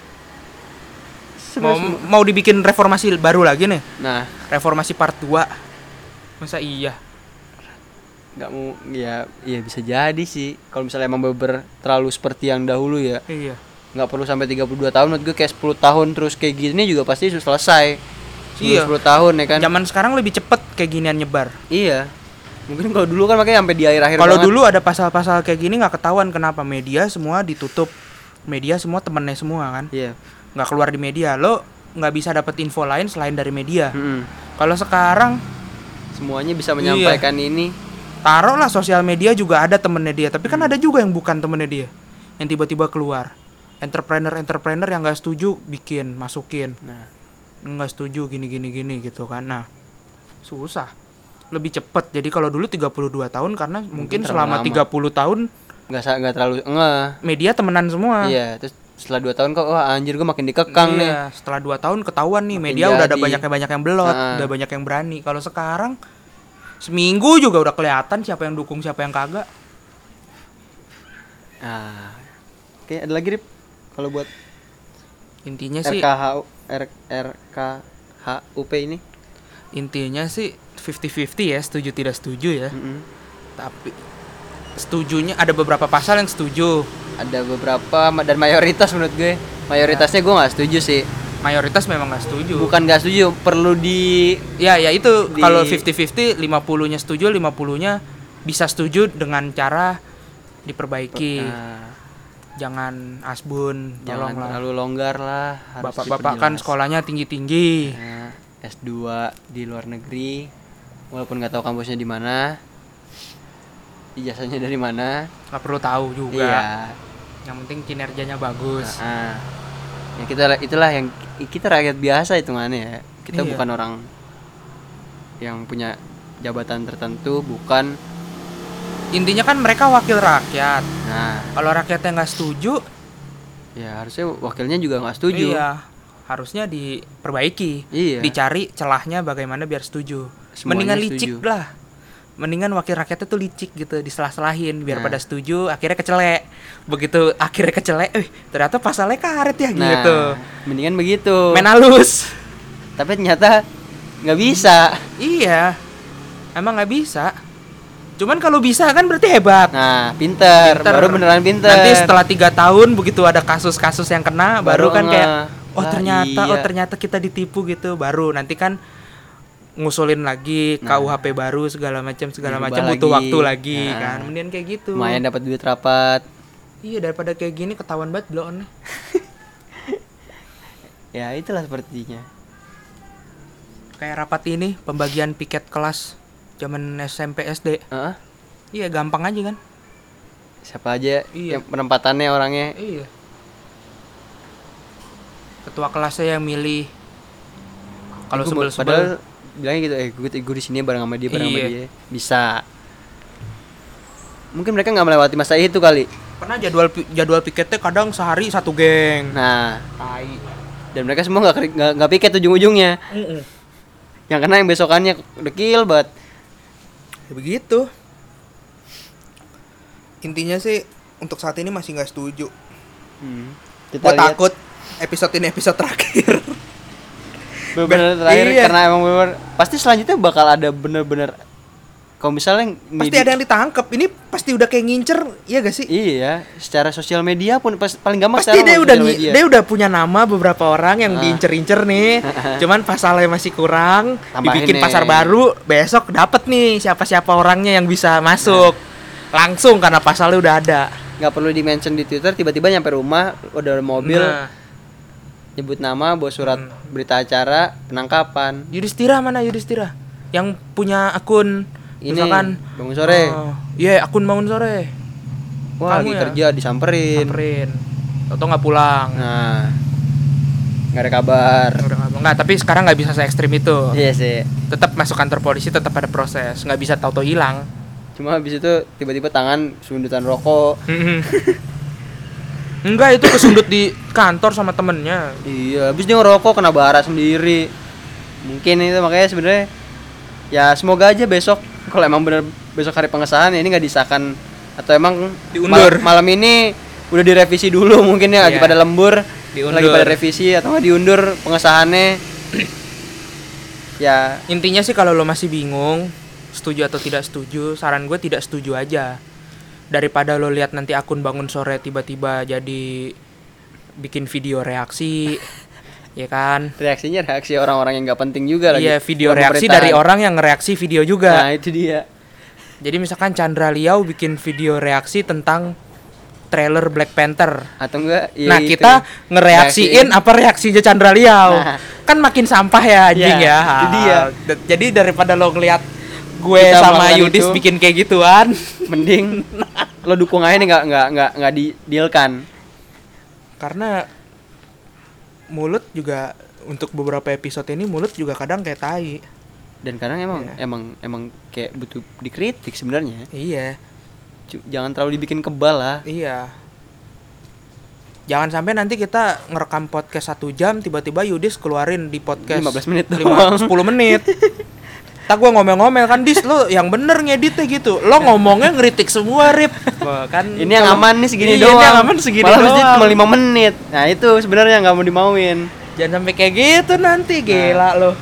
Mau dibikin reformasi baru lagi nih? Nah, reformasi part 2. Masa iya? Nggak mau, ya bisa jadi sih. Kalau misalnya emang terlalu seperti yang dahulu ya. Iya. Nggak perlu sampai 32 tahun, menurut gue kayak 10 tahun terus kayak gini juga pasti sudah selesai. 10 tahun ya kan. Zaman sekarang lebih cepet kayak ginian nyebar. Iya. Mungkin kalau dulu kan makanya sampai di akhir-akhir. Kalau dulu ada pasal-pasal kayak gini nggak ketahuan, kenapa media semua ditutup. Media semua temennya semua kan. Iya. Nggak keluar di media. Lo nggak bisa dapet info lain selain dari media. Kalau sekarang semuanya bisa menyampaikan ini. Taruhlah sosial media juga ada temennya dia, tapi kan ada juga yang bukan temennya dia, yang tiba-tiba keluar. Entrepreneur yang nggak setuju masukin. Nah, nggak setuju gini gitu kan. Nah, susah. Lebih cepet. Jadi kalau dulu 32 tahun karena mungkin selama 30 tahun nggak terlalu media temenan semua. Iya, terus setelah 2 tahun kok anjir gue makin dikekang nih. Setelah 2 tahun ketahuan nih makin media udah ada banyak yang belot, udah banyak yang berani. Kalau sekarang seminggu juga udah kelihatan siapa yang dukung, siapa yang kagak. Oke, ada lagi Rip? Kalau buat intinya sih RKHUP ini? Intinya sih 50-50 ya, setuju tidak setuju ya. Tapi setujunya ada beberapa pasal yang setuju. Ada beberapa dan mayoritas menurut gue. Mayoritasnya gue nggak setuju sih. Mayoritas memang nggak setuju. Bukan nggak setuju, perlu itu kalau 50-50, 50-nya setuju, 50-nya bisa setuju dengan cara diperbaiki. Jangan asbun, jangan terlalu longgar lah. Bapak-bapak kan sekolahnya tinggi-tinggi. S2 di luar negeri, walaupun nggak tahu kampusnya di mana, ijazahnya dari mana, nggak perlu tahu juga. Iya. Yang penting kinerjanya bagus. Ya itulah yang kita rakyat biasa hitungannya ya. Kita bukan orang yang punya jabatan tertentu, bukan. Intinya kan mereka wakil rakyat. Nah, kalau rakyatnya nggak setuju, ya harusnya wakilnya juga nggak setuju. Iya, harusnya diperbaiki. Iya. Dicari celahnya bagaimana biar setuju. Semuanya mendingan licik setuju lah. Mendingan wakil rakyatnya tuh licik gitu, diselah-selahin biar pada setuju, akhirnya kecelek. Begitu akhirnya kecelek, ternyata pasalnya karet ya gitu. Mendingan begitu. Main halus. Tapi ternyata nggak bisa. Iya, emang nggak bisa. Cuman kalau bisa kan berarti hebat. Nah, pinter. Baru beneran pinter. Nanti setelah 3 tahun begitu ada kasus-kasus yang kena, baru kan kayak ternyata kita ditipu gitu. Baru nanti kan ngusulin lagi KUHP baru segala macam butuh waktu lagi kan. Kemudian kayak gitu. Lumayan dapat duit rapat. Iya, daripada kayak gini ketahuan banget blow on. Ya, itulah sepertinya. Kayak rapat ini pembagian piket kelas zaman SMP SD. Iya, gampang aja kan. Siapa aja yang penempatannya orangnya. Iya. Ketua kelasnya yang milih. Kalau sebel-sebel padahal bilangnya gitu, gue di sini bareng sama dia, dia. Bisa. Mungkin mereka nggak melewati masa itu kali. Karena jadwal piketnya kadang sehari 1 geng. Nah, dan mereka semua nggak piket ujung-ujungnya. Yang kena yang besokannya dekil banget. Ya begitu. Intinya sih untuk saat ini masih nggak setuju. Gue takut episode ini episode terakhir. Bener terakhir karena emang bener pasti selanjutnya bakal ada bener-bener. Kalau misalnya pasti ada yang ditangkap. Ini pasti udah kayak ngincer, iya gak sih? Iya, secara sosial media pun paling gampang. Pasti dia udah punya nama beberapa orang yang diincer-incer nih. Cuman pasalnya masih kurang. Dibikin pasar baru, besok dapat nih siapa-siapa orangnya yang bisa masuk. Langsung karena pasalnya udah ada. Nggak perlu di-mention di Twitter, tiba-tiba nyampe rumah udah ada mobil. Nyebut nama, bawa surat berita acara penangkapan. Yudhistira mana Yudhistira? Yang punya akun ini misalkan bangun sore. Akun bangun sore. Wah, lagi kerja disamperin. Atau nggak pulang. Nah, nggak ada kabar. Nggak, tapi sekarang nggak bisa se-ekstrim itu. Iya sih. Tetap masuk kantor polisi, tetap ada proses. Nggak bisa tahu-tahu hilang. Cuma habis itu tiba-tiba tangan sundutan rokok. Enggak, itu kesundut di kantor sama temennya. Iya, habis dia ngerokok kena bara sendiri. Mungkin itu makanya sebenarnya ya semoga aja besok kalau emang bener besok hari pengesahan ini nggak disahkan atau emang diundur. Malam ini udah direvisi dulu mungkin ya, lagi pada lembur, lagi pada revisi atau nggak diundur pengesahannya. Ya intinya sih kalau lo masih bingung setuju atau tidak setuju, saran gue tidak setuju aja. Daripada lo lihat nanti akun bangun sore tiba-tiba jadi bikin video reaksi. Ya kan, reaksi orang-orang yang nggak penting juga lagi. Iya, video reaksi dari orang yang ngereaksi video juga. Nah itu dia. Jadi misalkan Chandra Liau bikin video reaksi tentang trailer Black Panther atau enggak nah itu. Kita ngereaksiin apa reaksinya Chandra Liau. Kan makin sampah ya anjing ya. Itu dia. Jadi daripada lo ngeliat gue kita sama Yudis itu, bikin kayak gituan, mending lo dukung aja nih, nggak di-dealkan. Karena mulut juga untuk beberapa episode ini mulut juga kadang kayak tai. Dan kadang emang kayak butuh dikritik sebenarnya. Iya. Jangan terlalu dibikin kebal lah. Iya. Jangan sampai nanti kita ngerekam podcast 1 jam tiba-tiba Yudis keluarin di podcast 15 menit 10 menit. Tak gua ngomel-ngomel kan, Dis lo yang bener ngeditnya gitu. Lo ngomongnya ngeritik semua, Rip. Kan ini yang aman nih segini doang. Ini yang aman segini malah doang. Malah cuma 5 menit. Nah, itu sebenarnya enggak mau dimauin. Jangan sampai kayak gitu nanti, gila lo.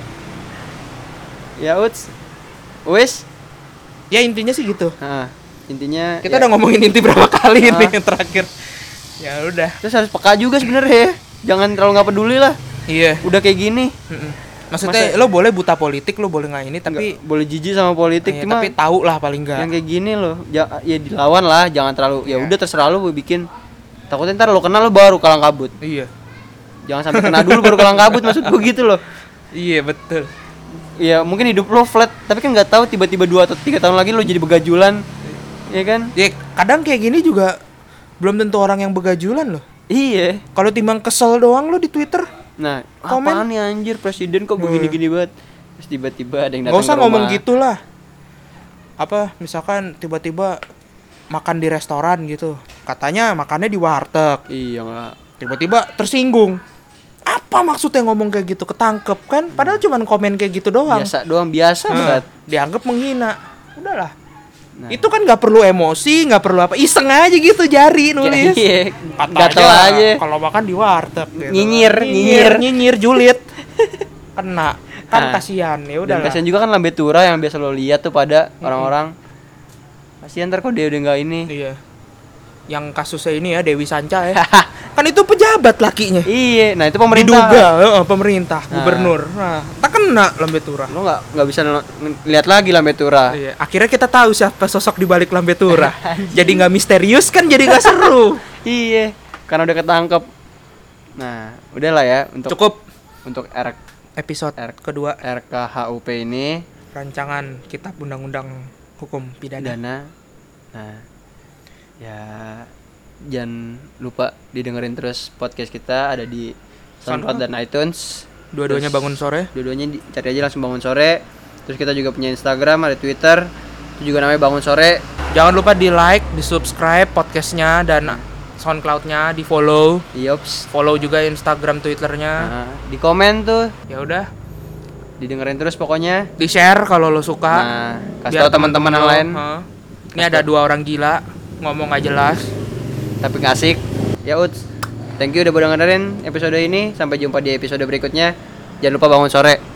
Ya wis. Ya intinya sih gitu. Intinya kita udah ngomongin inti berapa kali nih yang terakhir. Ya udah. Terus harus peka juga sebenarnya. Jangan terlalu enggak peduli lah. Iya. Udah kayak gini. Maksudnya lo boleh buta politik, lo boleh nggak ini, tapi nggak, boleh jijik sama politik, cuma tapi tahu lah paling nggak. Yang kayak gini lo, ya dilawan lah, jangan terlalu. Ya udah terserah lo bikin. Takutnya ntar lo kena lo baru kalang kabut. Iya. Jangan sampai kena dulu baru kalang kabut, maksud gue gitu loh. Iya betul. Ya mungkin hidup lo flat, tapi kan nggak tahu tiba-tiba 2 atau 3 tahun lagi lo jadi begajulan, ya kan? Ya kadang kayak gini juga belum tentu orang yang begajulan loh. Iya. Kalau timbang kesel doang lo di Twitter. Nah, apaan nih anjir presiden kok begini-gini banget. Terus tiba-tiba ada yang datang. Gak usah ngomong gitulah. Apa misalkan tiba-tiba makan di restoran gitu. Katanya makannya di warteg. Iya enggak. Tiba-tiba tersinggung. Apa maksudnya ngomong kayak gitu? Ketangkep kan? Padahal cuma komen kayak gitu doang. Biasa banget. Dianggap menghina. Udahlah. Nah. Itu kan nggak perlu emosi, nggak perlu apa, iseng aja gitu jari nulis. Iya. Gatel aja. Kalau makan di warteg. Gitu. Nyinyir, julid. Kena. Kan kasihan, ya udah. Dan kasihan juga kan Lambe Tura yang biasa lo lihat tuh pada orang-orang. Kasihan ntar kok dia udah nggak ini. Iya. Yang kasusnya ini ya Dewi Sanca ya. Kan itu pejabat lakinya. Iya, nah itu pemerintah. Diduga, pemerintah, gubernur. Nah, tak kena Lambe Tura. Lo nggak bisa lihat lagi Lambe Tura. Iya. Akhirnya kita tahu siapa sosok di balik Lambe Tura. Jadi nggak misterius kan, jadi nggak seru. Iya, karena udah ketangkep. Nah, udahlah ya Cukup untuk episode kedua RKHUP ini, rancangan Kitab Undang-Undang Hukum Pidana. Nah, ya jangan lupa didengerin terus podcast kita, ada di SoundCloud dan iTunes. Dua-duanya bangun sore. Dua-duanya cari aja langsung bangun sore. Terus kita juga punya Instagram, ada Twitter, itu juga namanya bangun sore. Jangan lupa di like, di subscribe podcastnya dan SoundCloud-nya, di follow. Yops. Follow juga Instagram, Twitternya. Nah, di komen tuh. Ya udah. Didengerin terus pokoknya. Di share kalau lo suka. Nah, kasih tahu teman-teman yang lain. Ini ada 2 orang gila ngomong gak jelas tapi nggak asik. Ya Uts, thank you udah dengerin episode ini. Sampai jumpa di episode berikutnya. Jangan lupa bangun sore.